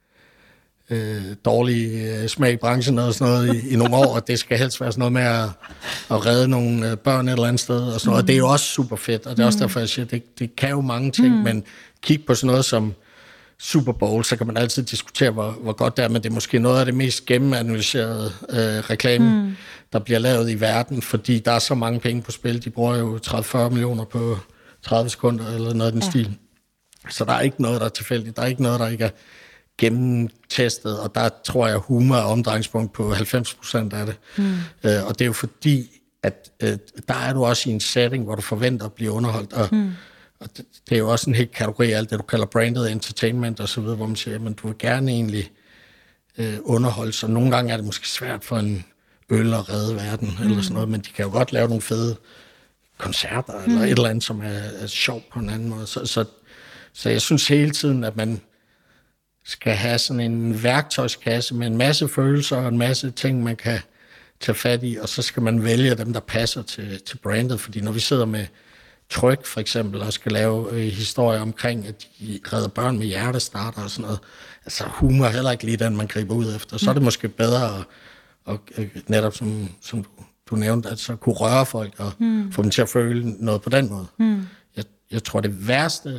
øh, dårlig øh, smag i branchen og sådan noget i, i nogle år, og det skal helst være sådan noget med at, at redde nogle børn et eller andet sted, og sådan noget. Og det er jo også super fedt, og det er også derfor, jeg siger, at det, det kan jo mange ting, mm. men kig på sådan noget som Super Bowl, så kan man altid diskutere, hvor, hvor godt det er, men det er måske noget af det mest gennemanalyserede øh, reklame, mm. der bliver lavet i verden, fordi der er så mange penge på spil. De bruger jo tredive til fyrre millioner på tredive sekunder, eller noget af den ja. stil. Så der er ikke noget, der er tilfældigt. Der er ikke noget, der ikke er gennemtestet, og der tror jeg, humor er omdrejningspunkt på halvfems procent af det. Mm. Øh, og det er jo fordi, at øh, der er du også i en setting, hvor du forventer at blive underholdt, og mm. Og det, det er jo også en helt kategori af alt det, du kalder branded entertainment og så videre, hvor man siger, men du vil gerne egentlig øh, underholde, så nogle gange er det måske svært for en øl at redde verden, mm. eller sådan noget, men de kan jo godt lave nogle fede koncerter, mm. eller et eller andet, som er, er sjovt på en anden måde. Så, så, så jeg synes hele tiden, at man skal have sådan en værktøjskasse med en masse følelser og en masse ting, man kan tage fat i, og så skal man vælge dem, der passer til, til brandet, fordi når vi sidder med Tryg for eksempel, og skal lave øh, historier omkring, at de redder børn med hjertestarter og sådan noget. Altså humor er heller ikke lige den, man griber ud efter. Så er det måske bedre at, at, at netop som, som du, du nævnte, at så kunne røre folk og mm. få dem til at føle noget på den måde. Mm. Jeg, jeg tror, det værste,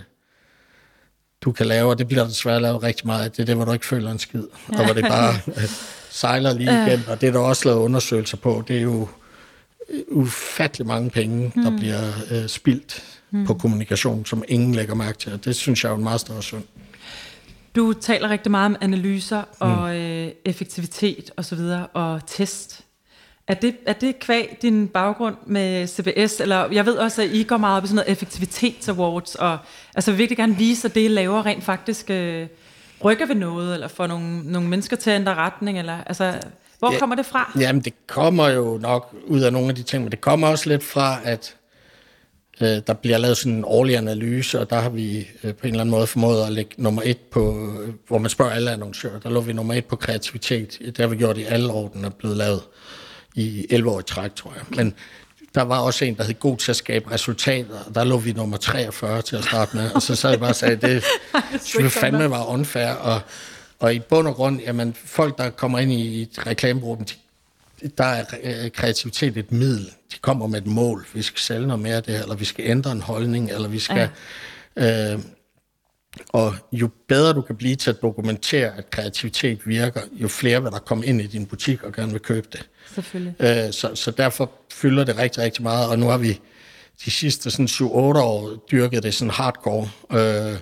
du kan lave, og det bliver desværre lavet rigtig meget, det er det, hvor du ikke føler en skid. Ja. Og hvor det bare øh, sejler lige igen. Og det, der også lavet undersøgelser på, det er jo ufattelig mange penge, der mm. bliver øh, spildt mm. på kommunikation, som ingen lægger mærke til, og det synes jeg er en meget større synd. Du taler rigtig meget om analyser og mm. øh, effektivitet og så videre, og test. Er det, er det kvæg din baggrund med C B S, eller jeg ved også, at I går meget op i sådan noget effektivitetsawards, og altså vil virkelig gerne vise, at det I laver rent faktisk øh, rykker ved noget, eller får nogle, nogle mennesker til at ændre retning, eller altså... Hvor ja, kommer det fra? Jamen, det kommer jo nok ud af nogle af de ting, men det kommer også lidt fra, at øh, der bliver lavet sådan en årlig analyse, og der har vi øh, på en eller anden måde formået at lægge nummer et på, øh, hvor man spørger alle annoncører, der lå vi nummer et på kreativitet. Det har vi gjort i alle år, den er blevet lavet i elleve år i træk, tror jeg. Men der var også en, der hed god til at skabe resultater, og der lå vi nummer treogfyrre til at starte med, og så sad jeg bare og sagde, det synes fandme var unfair, og Og i bund og grund, jamen, folk, der kommer ind i et reklamebureau, der er kreativitet et middel. De kommer med et mål. Vi skal sælge noget mere af det, eller vi skal ændre en holdning, eller vi skal... Ja. Øh, og jo bedre du kan blive til at dokumentere, at kreativitet virker, jo flere vil der komme ind i din butik og gerne vil købe det. Selvfølgelig. Øh, så, så derfor fylder det rigtig, rigtig meget, og nu har vi de sidste sådan syv otte år dyrket det sådan hardcore, øh,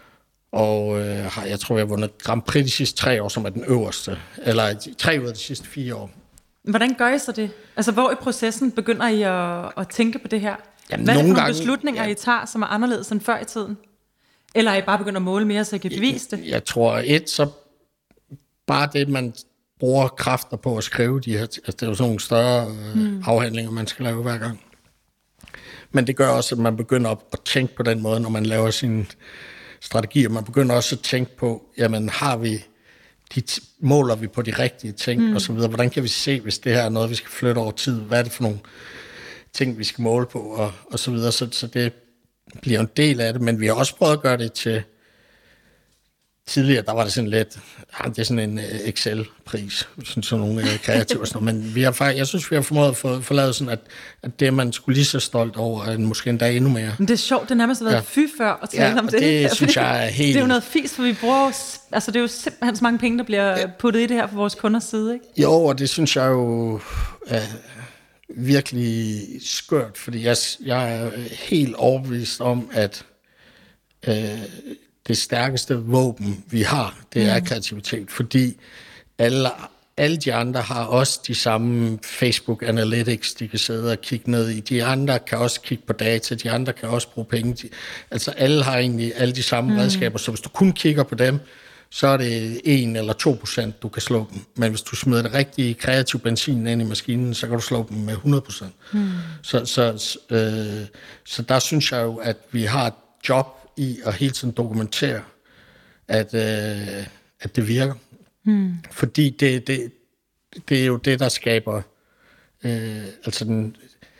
og øh, jeg tror, jeg har vundet Grand Prix de sidste tre år, som er den øverste. Eller tre ud af de sidste fire år. Hvordan gør I så det? Altså, hvor i processen begynder I at, at tænke på det her? Jamen, hvad er det for nogle gange, beslutninger, ja. I tager, som er anderledes end før i tiden? Eller er I bare begyndt at måle mere, så I kan bevise det? Jeg, jeg tror, et, så bare det, man bruger kræfter på at skrive de her... Altså, det er jo sådan nogle større øh, hmm. afhandlinger, man skal lave hver gang. Men det gør også, at man begynder at, at tænke på den måde, når man laver sin... strategi, og man begynder også at tænke på, jamen har vi, de t- måler vi på de rigtige ting, mm. og så videre. Hvordan kan vi se, hvis det her er noget, vi skal flytte over tid? Hvad er det for nogle ting, vi skal måle på, og, og så videre. Så, så det bliver en del af det, men vi har også prøvet at gøre det til, tidligere, der var det sådan lidt, ja, det er sådan en Excel-pris, sådan, sådan nogle kreative og sådan noget, men vi har faktisk, jeg synes, vi har formået at få, få lavet sådan, at, at det, man skulle lige så stolt over, at måske endda endnu mere. Men det er sjovt, det er nærmest været ja. fy før at tale ja, om det. det synes jeg er helt... Det er jo noget fis, for vi bruger, altså det er jo simpelthen så mange penge, der bliver ja. puttet i det her fra vores kunders side, ikke? Jo, og det synes jeg jo er virkelig skørt, fordi jeg, jeg er helt overbevist om, at øh, det stærkeste våben, vi har, det er mm. kreativitet, fordi alle, alle de andre har også de samme Facebook Analytics, de kan sidde og kigge ned i. De andre kan også kigge på data, de andre kan også bruge penge. De, altså alle har egentlig alle de samme mm. redskaber, så hvis du kun kigger på dem, så er det en eller to procent, du kan slå dem. Men hvis du smider det rigtige kreativ benzin ind i maskinen, så kan du slå dem med hundrede procent. Mm. Så, så, øh, så der synes jeg jo, at vi har et job i at hele tiden dokumentere, at, øh, at det virker. Mm. Fordi det, det, det er jo det, der skaber øh, altså den,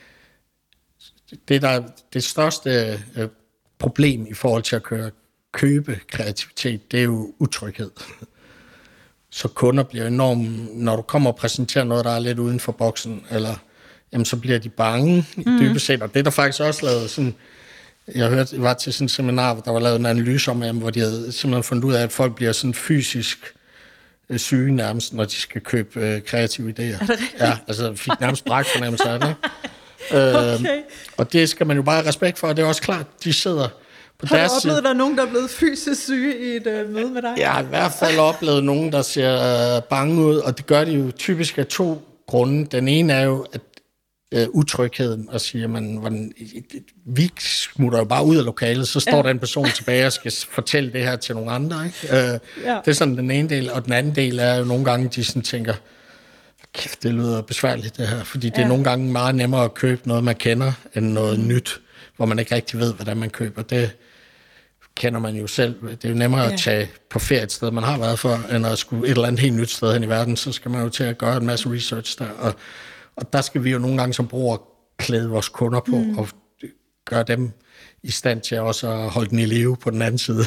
det, der det største øh, problem i forhold til at køre købe kreativitet, det er jo utryghed. Så kunder bliver enormt, når du kommer og præsenterer noget, der er lidt uden for boksen, eller jamen, så bliver de bange, mm. dybest set. Og det er der faktisk også lavet sådan, jeg hørte, jeg var til sådan et seminar, hvor der var lavet en analyse om, hvor de havde simpelthen fundet ud af, at folk bliver sådan fysisk syge nærmest, når de skal købe øh, kreative idéer. Ja, altså fik nærmest brækfornemmelse af det. Okay. Øhm, og det skal man jo bare have respekt for, og det er også klart, de sidder på har deres du oplevet, at der er nogen, der er blevet fysisk syge i et øh, møde med dig? Jeg har i hvert fald oplevet nogen, der ser øh, bange ud, og det gør de jo typisk af to grunde. Den ene er jo, at øh, utrygheden, og siger man, hvordan, vi smutter jo bare ud af lokalet, så står ja. der en person tilbage og skal fortælle det her til nogle andre. Ikke? Øh, ja. Det er sådan den ene del, og den anden del er jo nogle gange, de sådan tænker, kæft, det lyder besværligt det her, fordi det ja. er nogle gange meget nemmere at købe noget, man kender, end noget mm. nyt, hvor man ikke rigtig ved, hvordan man køber. Det kender man jo selv. Det er jo nemmere ja. at tage på ferie et sted, man har været for, end at skulle et eller andet helt nyt sted hen i verden, så skal man jo til at gøre en masse research der, og, og der skal vi jo nogle gange som brugere klæde vores kunder på, mm. og gøre dem i stand til også at holde den i live på den anden side.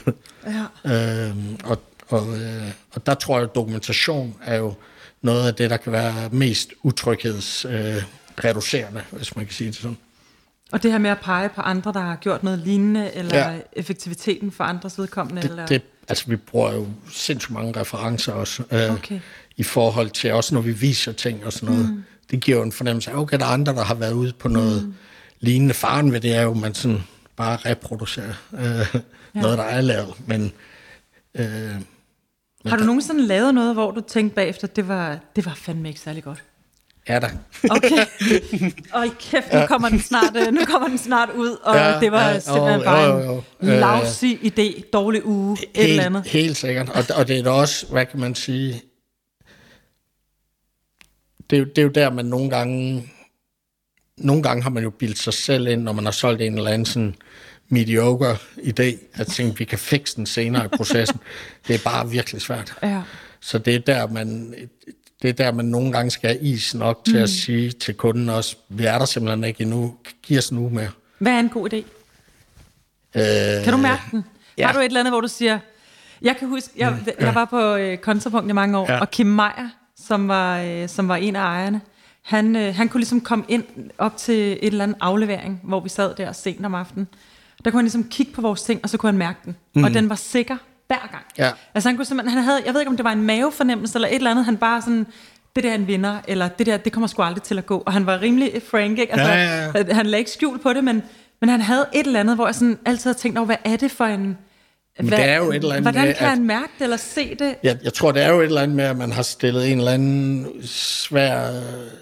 Ja. øhm, og, og, øh, og der tror jeg, at dokumentation er jo noget af det, der kan være mest utryghedsreducerende, øh, hvis man kan sige det sådan. Og det her med at pege på andre, der har gjort noget lignende, eller ja. effektiviteten for andres vedkommende? Det, eller? Det, altså, vi bruger jo sindssygt mange referencer også, øh, okay. i forhold til, også når vi viser ting og sådan noget. Mm. Det giver jo en fornemmelse af, okay, der er andre, der har været ude på noget mm. lignende. Faren ved det er jo, at man sådan bare reproducerer øh, ja. noget, der er lavet. Men, øh, men har du der, nogensinde lavet noget, hvor du tænkte bagefter, det var, det var fandme ikke særlig godt? Ja da. Okay. Og kæft, nu kommer den snart, nu kommer den snart ud, og ja, det var ja, simpelthen jo, bare jo, jo. en lousy øh, idé, dårlig uge, helt, et eller andet. Helt sikkert. Og, og det er da også, hvad kan man sige, det er, jo, det er jo der, man nogle gange, nogle gange har man jo bildt sig selv ind, når man har solgt en eller anden sådan mediocre idé, at tænke, vi kan fikse den senere i processen. Det er bare virkelig svært. Ja. Så det er der, man... Det er der, man nogle gange skal have is nok til mm. at sige til kunden også, vi er der simpelthen ikke endnu, giv os en uge mere. Hvad er en god idé? Øh, kan du mærke den? Ja. Har du et eller andet, hvor du siger, jeg kan huske, jeg, jeg var på øh, Kontrapunkt i mange år, ja. og Kim Meyer, som var, øh, som var en af ejerne, han, øh, han kunne ligesom komme ind op til et eller andet aflevering, hvor vi sad der sent om aftenen. Der kunne han ligesom kigge på vores ting, og så kunne han mærke den. Mm. Og den var sikker. Hver gang. Ja. Altså han kunne simpelthen, han havde, jeg ved ikke om det var en mavefornemmelse eller et eller andet, han bare sådan, det der en vinder, eller det der, det kommer sgu aldrig til at gå. Og han var rimelig frank, ikke? Altså, ja, ja, ja. Han lagde ikke skjul på det, men, men han havde et eller andet, hvor jeg sådan altid havde tænkt over, hvad er det for en, hvad, det er jo et eller andet hvordan med, kan han mærke det, eller se det? Jeg, jeg tror, det er jo et eller andet med, at man har stillet en eller anden svær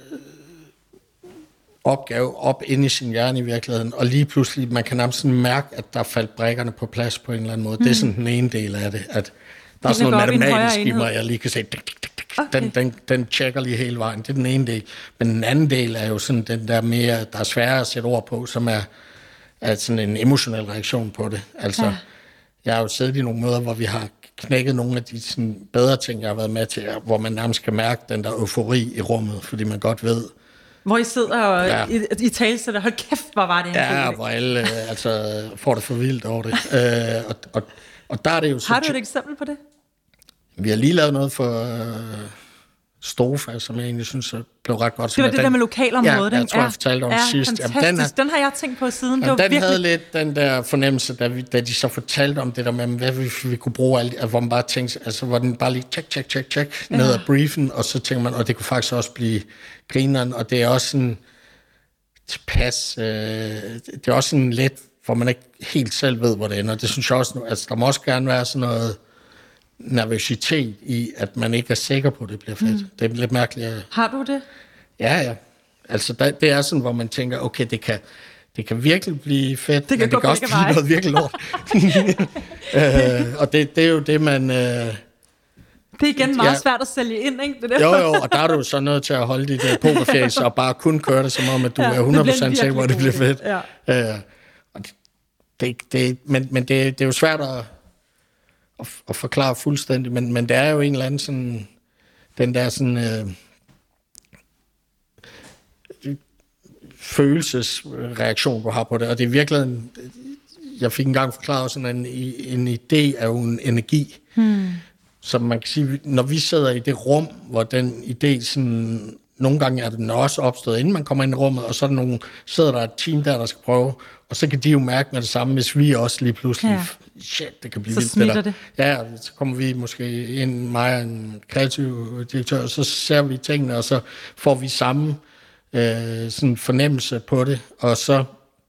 opgave op inde i sin hjerne i virkeligheden, og lige pludselig, man kan nærmest mærke, at der faldt brækkerne på plads på en eller anden måde. Mm. Det er sådan den ene del af det, at der er sådan noget matematisk i mig, jeg lige kan se, okay. den, den, den tjekker lige hele vejen. Det er den ene del. Men den anden del er jo sådan den der mere, der er sværere at sætte ord på, som er, er sådan en emotionel reaktion på det. Altså, ja. Jeg har jo siddet i nogle møder, hvor vi har knækket nogle af de sådan, bedre ting, jeg har været med til, hvor man nærmest kan mærke den der eufori i rummet, fordi man godt ved, hvor I sidder og ja. i, i talesætter, hold kæft, hvor var det en ja, hvor alle altså, får det for vildt over det. øh, og, og, og der er det jo så... Har du et eksempel på det? Vi har lige lavet noget for uh, Stofa, som jeg egentlig synes blev ret godt. Det var det den, der med lokalområdet, ja, jeg tror, jeg fortalte om ja, sidst. Jamen, den, er, den har jeg tænkt på siden. Ja, det var den virkelig... havde lidt den der fornemmelse, da, vi, da de så fortalte om det der med, hvad vi, vi kunne bruge, alt, hvor man bare tænkte, altså hvor den bare lige tjek, tjek, tjek, tjek, ja. ned ad briefen, og så tænker man, og det kunne faktisk også blive grineren, og det er også sådan, tilpas. Øh, det er også sådan lidt, hvor man ikke helt selv ved, hvor det ender. Det synes jeg også, altså der må også gerne være sådan noget nervøsitet i, at man ikke er sikker på, at det bliver fedt. Mm. Det er lidt mærkeligt. At... Har du det? Ja, ja. Altså der, det er sådan, hvor man tænker, okay, det kan, det kan virkelig blive fedt, det kan men det kan også blive vej. Noget virkelig lort. øh, og det, det er jo det, man... Øh, det er igen meget ja. svært at sælge ind, ikke? Det der. Jo, jo, og der er du så nødt til at holde dit uh, pokerfjæs og bare kun køre det som om, at du ja, er hundrede procent sikker på, at det bliver fedt. Ja. Øh, og det, det, det, men men det, det er jo svært at, at, at forklare fuldstændig, men, men det er jo en eller anden sådan, den der sådan øh, følelsesreaktion, du har på det, og det er virkelig en, jeg fik engang forklaret sådan en, en idé af en energi, hmm. Så man kan sige, når vi sidder i det rum, hvor den idé sådan, nogle gange er den også opstået, inden man kommer ind i rummet, og så er der nogle, sidder der et team der, der skal prøve, og så kan de jo mærke med det samme, hvis vi også lige pludselig, ja. shit, det kan blive så vildt. Det der. det. Ja, så kommer vi måske ind, mig og en kreativ direktør, og så ser vi tingene, og så får vi samme øh, sådan fornemmelse på det, og så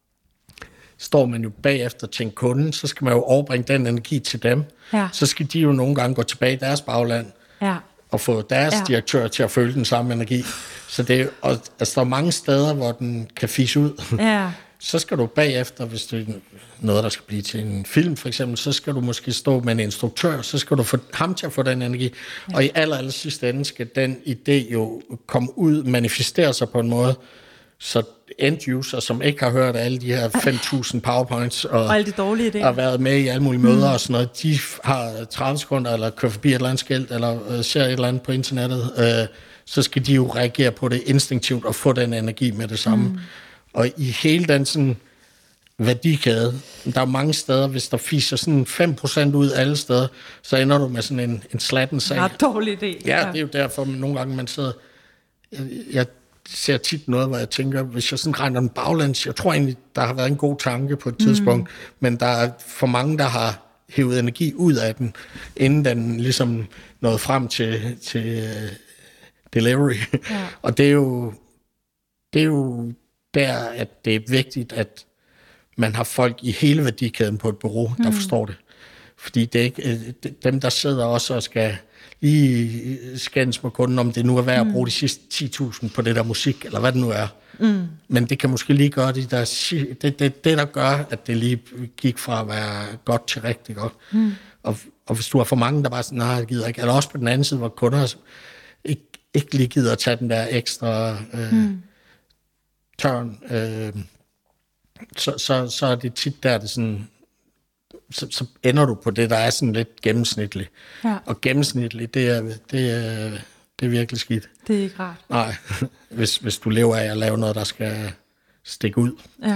står man jo bagefter til en kunde, så skal man jo overbringe den energi til dem. Ja. Så skal de jo nogle gange gå tilbage i deres bagland ja. og få deres ja. direktør til at føle den samme energi. Så det er, og, altså, der er mange steder, hvor den kan fisse ud. Ja. Så skal du bagefter, hvis det er noget, der skal blive til en film for eksempel, så skal du måske stå med en instruktør, så skal du få ham til at få den energi. Ja. Og i aller, aller sidste ende skal den idé jo komme ud, manifestere sig på en måde, så end-user, som ikke har hørt alle de her fem tusind powerpoints og, og alle de dårlige idéer, og været med i alle mulige møder mm. og sådan noget, de har tredive sekunder, eller kører forbi et eller andet skilt, eller øh, ser et eller andet på internettet, øh, så skal de jo reagere på det instinktivt og få den energi med det samme. Mm. Og i hele den sådan værdikæde, der er mange steder, hvis der fiser sådan fem procent ud alle steder, så ender du med sådan en, en slatten sag. Det er en dårlig idé. Ja, det er jo derfor, at nogle gange man sidder... Jeg, jeg ser tit noget, hvor jeg tænker, hvis jeg sådan regner den baglands, jeg tror egentlig, der har været en god tanke på et tidspunkt, mm. men der er for mange, der har hævet energi ud af den, inden den ligesom nåede frem til, til uh, delivery. Ja. Og det er jo det er jo der, at det er vigtigt, at man har folk i hele værdikæden på et bureau, der mm. forstår det. Fordi det er ikke dem, der sidder også og skal lige skændes med kunden, om det nu er værd at bruge de sidste ti tusind på det der musik, eller hvad det nu er. Mm. Men det kan måske lige gøre det, der, det, det, det, der gør, at det lige gik fra at være godt til rigtig godt. Mm. Og, og hvis du har for mange, der bare sådan, nej, jeg gider ikke, eller også på den anden side, hvor kunder ikke, ikke lige gider at tage den der ekstra øh, mm. turn, øh, så, så, så er det tit der, det sådan... Så, så ender du på det, der er sådan lidt gennemsnitligt. Ja. Og gennemsnitligt, det er, det, er, det er virkelig skidt. Det er ikke rart. Nej, hvis, hvis du lever af at lave noget, der skal stikke ud. Ja.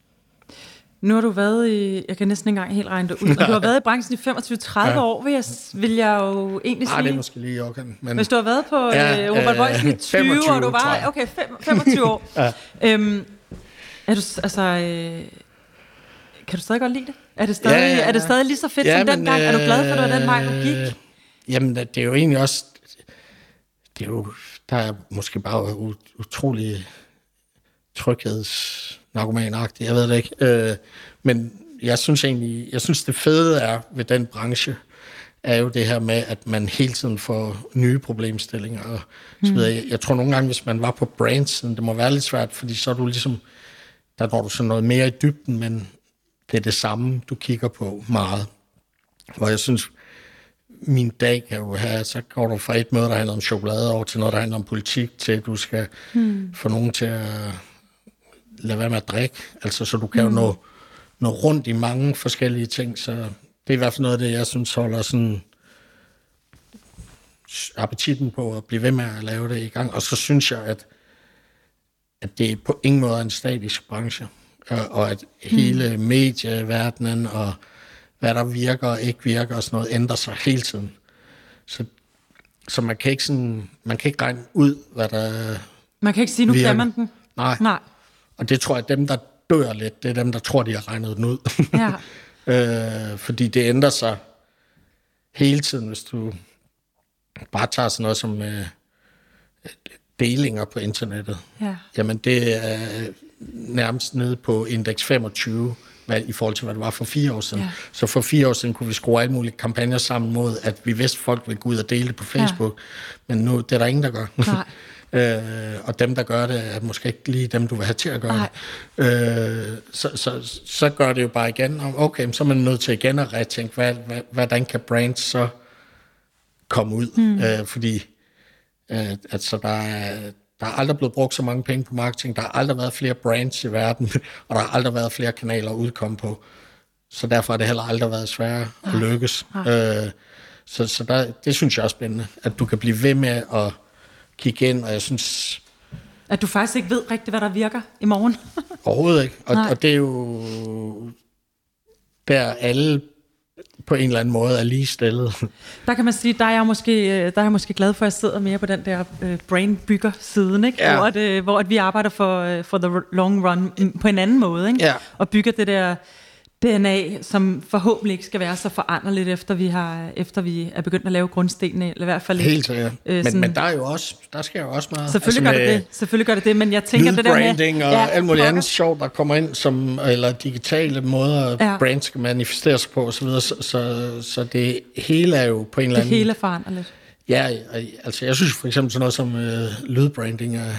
Nu har du været i, jeg kan næsten ikke engang helt regne det ud, og du har været i branchen i femogtyve til tredive ja. år, vil jeg, vil jeg jo egentlig sige. Nej, det er måske lige okay. Men... Hvis du har været på ja, uh, Robert Boysen i tyve, femogtyve, og du var, okay, femogtyve år. ja. øhm, er du, altså... Øh, kan du stadig godt lide det? Er det stadig, ja, ja, ja. Er det stadig lige så fedt ja, som men, dengang? Er du glad for, at det var den vej, du gik? Jamen, det er jo egentlig også... Det er jo, der er måske bare utrolig tryghedsnarkomanagtigt, jeg ved det ikke. Øh, men jeg synes egentlig, jeg synes det fede er ved den branche, er jo det her med, at man hele tiden får nye problemstillinger. Og så videre. Jeg, jeg tror nogle gange, hvis man var på brandsiden, det må være lidt svært, fordi så er du ligesom... Der går du sådan noget mere i dybden, men... Det er det samme, du kigger på meget. Hvor jeg synes, min dag kan jo have, så går du fra et møde, der handler om chokolade, over til noget, der handler om politik, til at du skal hmm. få nogen til at lade være med at drikke. Altså, så du kan hmm. jo nå, nå rundt i mange forskellige ting. Så det er i hvert fald noget af det, jeg synes holder sådan appetitten på at blive ved med at lave det i gang. Og så synes jeg, at, at det på ingen måde er en statisk branche. Og at hele medieverdenen og hvad der virker og ikke virker og sådan noget, ændrer sig hele tiden. Så, så man kan ikke sådan, man kan ikke regne ud, hvad der Man kan ikke sige, nu virker. glemmer den. Nej. Nej. Og det tror jeg, dem der dør lidt, det er dem, der tror, de har regnet den ud. Ja. øh, fordi det ændrer sig hele tiden, hvis du bare tager sådan noget som øh, delinger på internettet. Ja. Jamen det er... nærmest nede på indeks femogtyve, hvad, i forhold til, hvad det var for fire år siden. Ja. Så for fire år siden kunne vi skrue alle mulige kampagner sammen mod, at vi vidste, at folk ville gå ud og dele det på Facebook. Ja. Men nu det er der ingen, der gør. Nej. Øh, og dem, der gør det, er måske ikke lige dem, du vil have til at gøre det. Øh, så, så, så gør det jo bare igen. Okay, så er man nødt til igen at retænke, hvad, hvad, hvordan kan brands så komme ud? Mm. Øh, fordi øh, altså, der, er, der er aldrig blevet brugt så mange penge på marketing. Der har aldrig været flere brands i verden, og der har aldrig været flere kanaler at udkomme på. Så derfor har det heller aldrig været sværere at lykkes. Øh, så så der, det synes jeg er spændende, at du kan blive ved med at kigge ind, og jeg synes... At du faktisk ikke ved rigtigt, hvad der virker i morgen. Overhovedet ikke. Og, og det er jo... Der alle på en eller anden måde er lige stillet. Der kan man sige, der er jeg måske, der er jeg måske glad for, at jeg sidder mere på den der uh, brain-bygger-siden, ikke? Ja. Hvor, det, hvor at vi arbejder for, uh, for the long run på en anden måde, ikke? Ja. Og bygger det der D N A, som forhåbentlig ikke skal være så foranderligt, efter vi har, efter vi er begyndt at lave grundstenene, eller i hvert fald helt sikkert. Øh, men, men der er jo også, der sker jo også meget. Selvfølgelig altså gør det det. Selvfølgelig gør det det, men jeg tænker det der med branding og ja, alt muligt andet sjovt, der kommer ind som eller digitale måder ja. Brands skal manifestere sig på og så videre, så, så, så det hele er jo på en eller anden. Det hele er foranderligt. Ja, altså jeg synes for eksempel sådan noget som øh, lydbranding er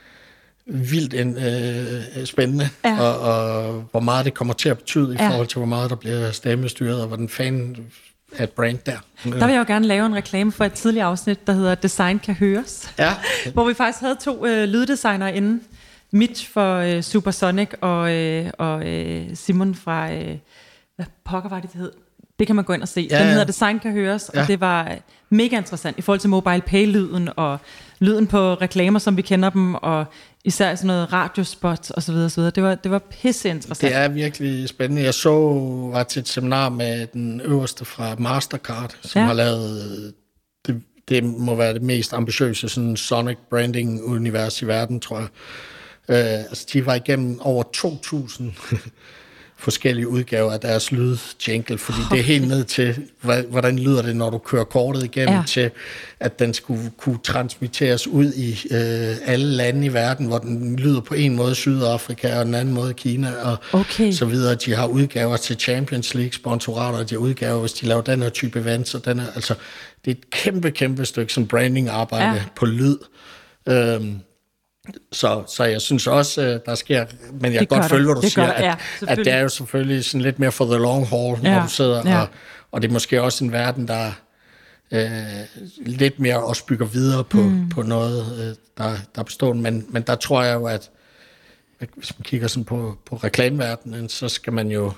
vildt en, øh, spændende, ja. og, og hvor meget det kommer til at betyde i ja. forhold til, hvor meget der bliver stemmestyret, og hvordan fanden er et brand der. Der vil jeg jo gerne lave en reklame for et tidligere afsnit, der hedder Design kan høres, ja. hvor vi faktisk havde to øh, lyddesignere inde, Mitch for øh, Supersonic og, øh, og øh, Simon fra, øh, hvad pokker var det, det hed? Det kan man gå ind og se. Ja, Den hedder ja. Design kan høres, ja. og det var mega interessant i forhold til mobile pay-lyden, og lyden på reklamer, som vi kender dem, og især sådan noget radiospot og så videre, så videre. Det var, det var pisse interessant. Det er virkelig spændende. Jeg så, var til et seminar med den øverste fra Mastercard, som ja. har lavet, det, det må være det mest ambitiøse sådan sonic branding univers i verden, tror jeg. Uh, altså, de var igennem over to tusind forskellige udgaver af deres lydjingle, fordi okay. det er helt ned til, hvordan lyder det, når du kører kortet igennem, ja. til at den skulle kunne transmitteres ud i øh, alle lande i verden, hvor den lyder på en måde Sydafrika, og den anden måde Kina, og okay. så videre. De har udgaver til Champions League sponsorater, de har udgaver, hvis de laver den her type events, og den her, altså, det er et kæmpe, kæmpe stykke sådan branding-arbejde ja. på lyd. Øhm, Så, så jeg synes også, der sker, men jeg kan godt følge, hvad du det siger, at, ja, at det er jo selvfølgelig sådan lidt mere for the long haul, ja, når du sidder, ja. og, og det er måske også en verden, der øh, lidt mere også bygger videre på, mm. på noget, øh, der, der er bestående, men, men der tror jeg jo, at hvis man kigger sådan på, på reklameverdenen, så skal man jo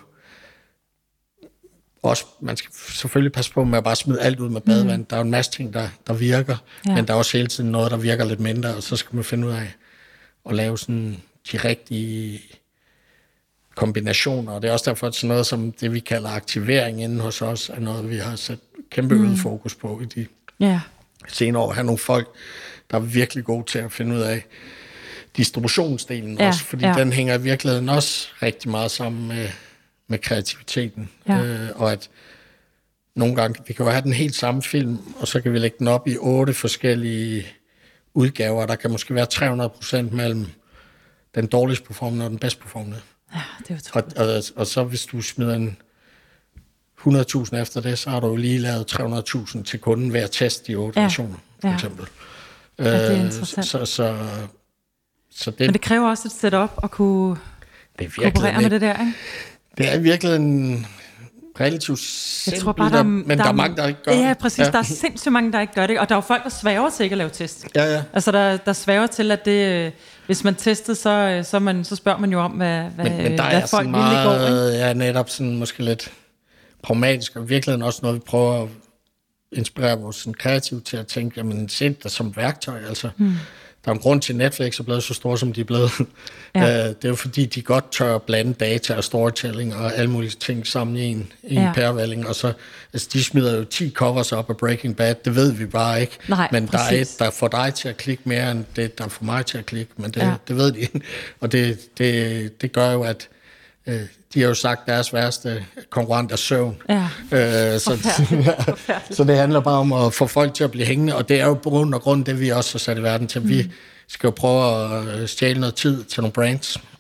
også, man skal selvfølgelig passe på med at bare smide alt ud med badevand. Mm. Der er jo en masse ting, der, der virker, ja. men der er også hele tiden noget, der virker lidt mindre, og så skal man finde ud af at lave sådan de rigtige kombinationer. Og det er også derfor, at sådan noget som det, vi kalder aktivering inden hos os, er noget, vi har sat kæmpe øget mm. fokus på i de yeah. senere år. Her er nogle folk, der er virkelig gode til at finde ud af distributionsdelen ja. også, fordi ja. den hænger i virkeligheden også rigtig meget sammen med med kreativiteten, ja. øh, og at nogle gange, vi kan jo have den helt samme film, og så kan vi lægge den op i otte forskellige udgaver, der kan måske være tre hundrede procent mellem den dårligst performende og den bedst performende. Ja, det er og, og, og så hvis du smider en hundrede tusind efter det, så har du jo lige lavet tre hundrede tusind til kunden ved at teste de otte ja. versioner, for ja. eksempel. Ja, det er interessant. Så, så, så det, Men det kræver også et setup at kunne kooperere med det der, ikke? Det er virkelig en relativt simpelt, jeg tror bare, der, men der, der er mange, der ikke gør det. Ja, præcis. Ja. Der er sindssygt mange, der ikke gør det. Og der er jo folk, der sværger til ikke at lave test. Ja, ja. Altså, der, der sværger til, at det, hvis man testede, så, så, man, så spørger man jo om, hvad, hvad, men, men der hvad er folk meget, ville gå. Ikke? Ja, netop sådan måske lidt pragmatisk, og virkelig også noget, vi prøver at inspirere vores sådan, kreative til at tænke, jamen, se det som værktøj, altså. Hmm. Der er en grund til, at Netflix er blevet så store, som de er blevet. Ja. det er jo fordi, de godt tør at blande data og storytelling og alle mulige ting sammen i en, i en ja. pærevælling. Og så, altså, de smider jo ti covers op af Breaking Bad, det ved vi bare ikke. Nej, men præcis. der er et, der får dig til at klikke mere, end det, der får mig til at klikke. Men det, ja. det ved de. Og det, det, det gør jo, at øh, de har jo sagt, deres værste konkurrent er søvn. Ja. Øh, så, så det handler bare om at få folk til at blive hængende, og det er jo på grund og grund det, vi også har sat i verden til. Mm. Vi skal jo prøve at stjæle noget tid til nogle brands,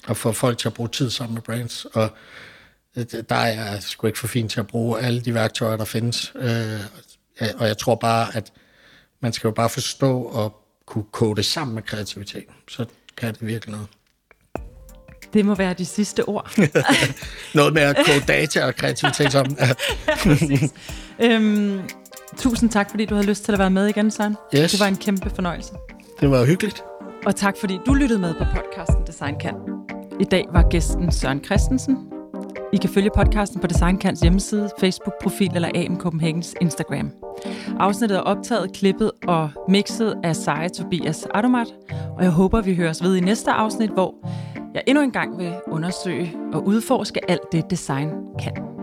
at få folk til at bruge tid sammen med brands, og der er jeg sgu ikke for fint til at bruge alle de værktøjer, der findes. Øh, og jeg tror bare, at man skal jo bare forstå og kunne kode det sammen med kreativitet. Så kan det virkelig noget. Det må være de sidste ord. Noget med at kode data og kreativitet sammen. Ja, præcis. øhm, tusind tak, fordi du havde lyst til at være med igen, Søren. Yes. Det var en kæmpe fornøjelse. Det var hyggeligt. Og tak, fordi du lyttede med på podcasten Design Kan. I dag var gæsten Søren Christensen. I kan følge podcasten på Design Kans hjemmeside, Facebook-profil eller A M Copenhagens Instagram. Afsnittet er optaget, klippet og mixet af Seje Tobias Adomat, og jeg håber, vi høres ved i næste afsnit, hvor jeg endnu en gang vil undersøge og udforske alt det, design kan.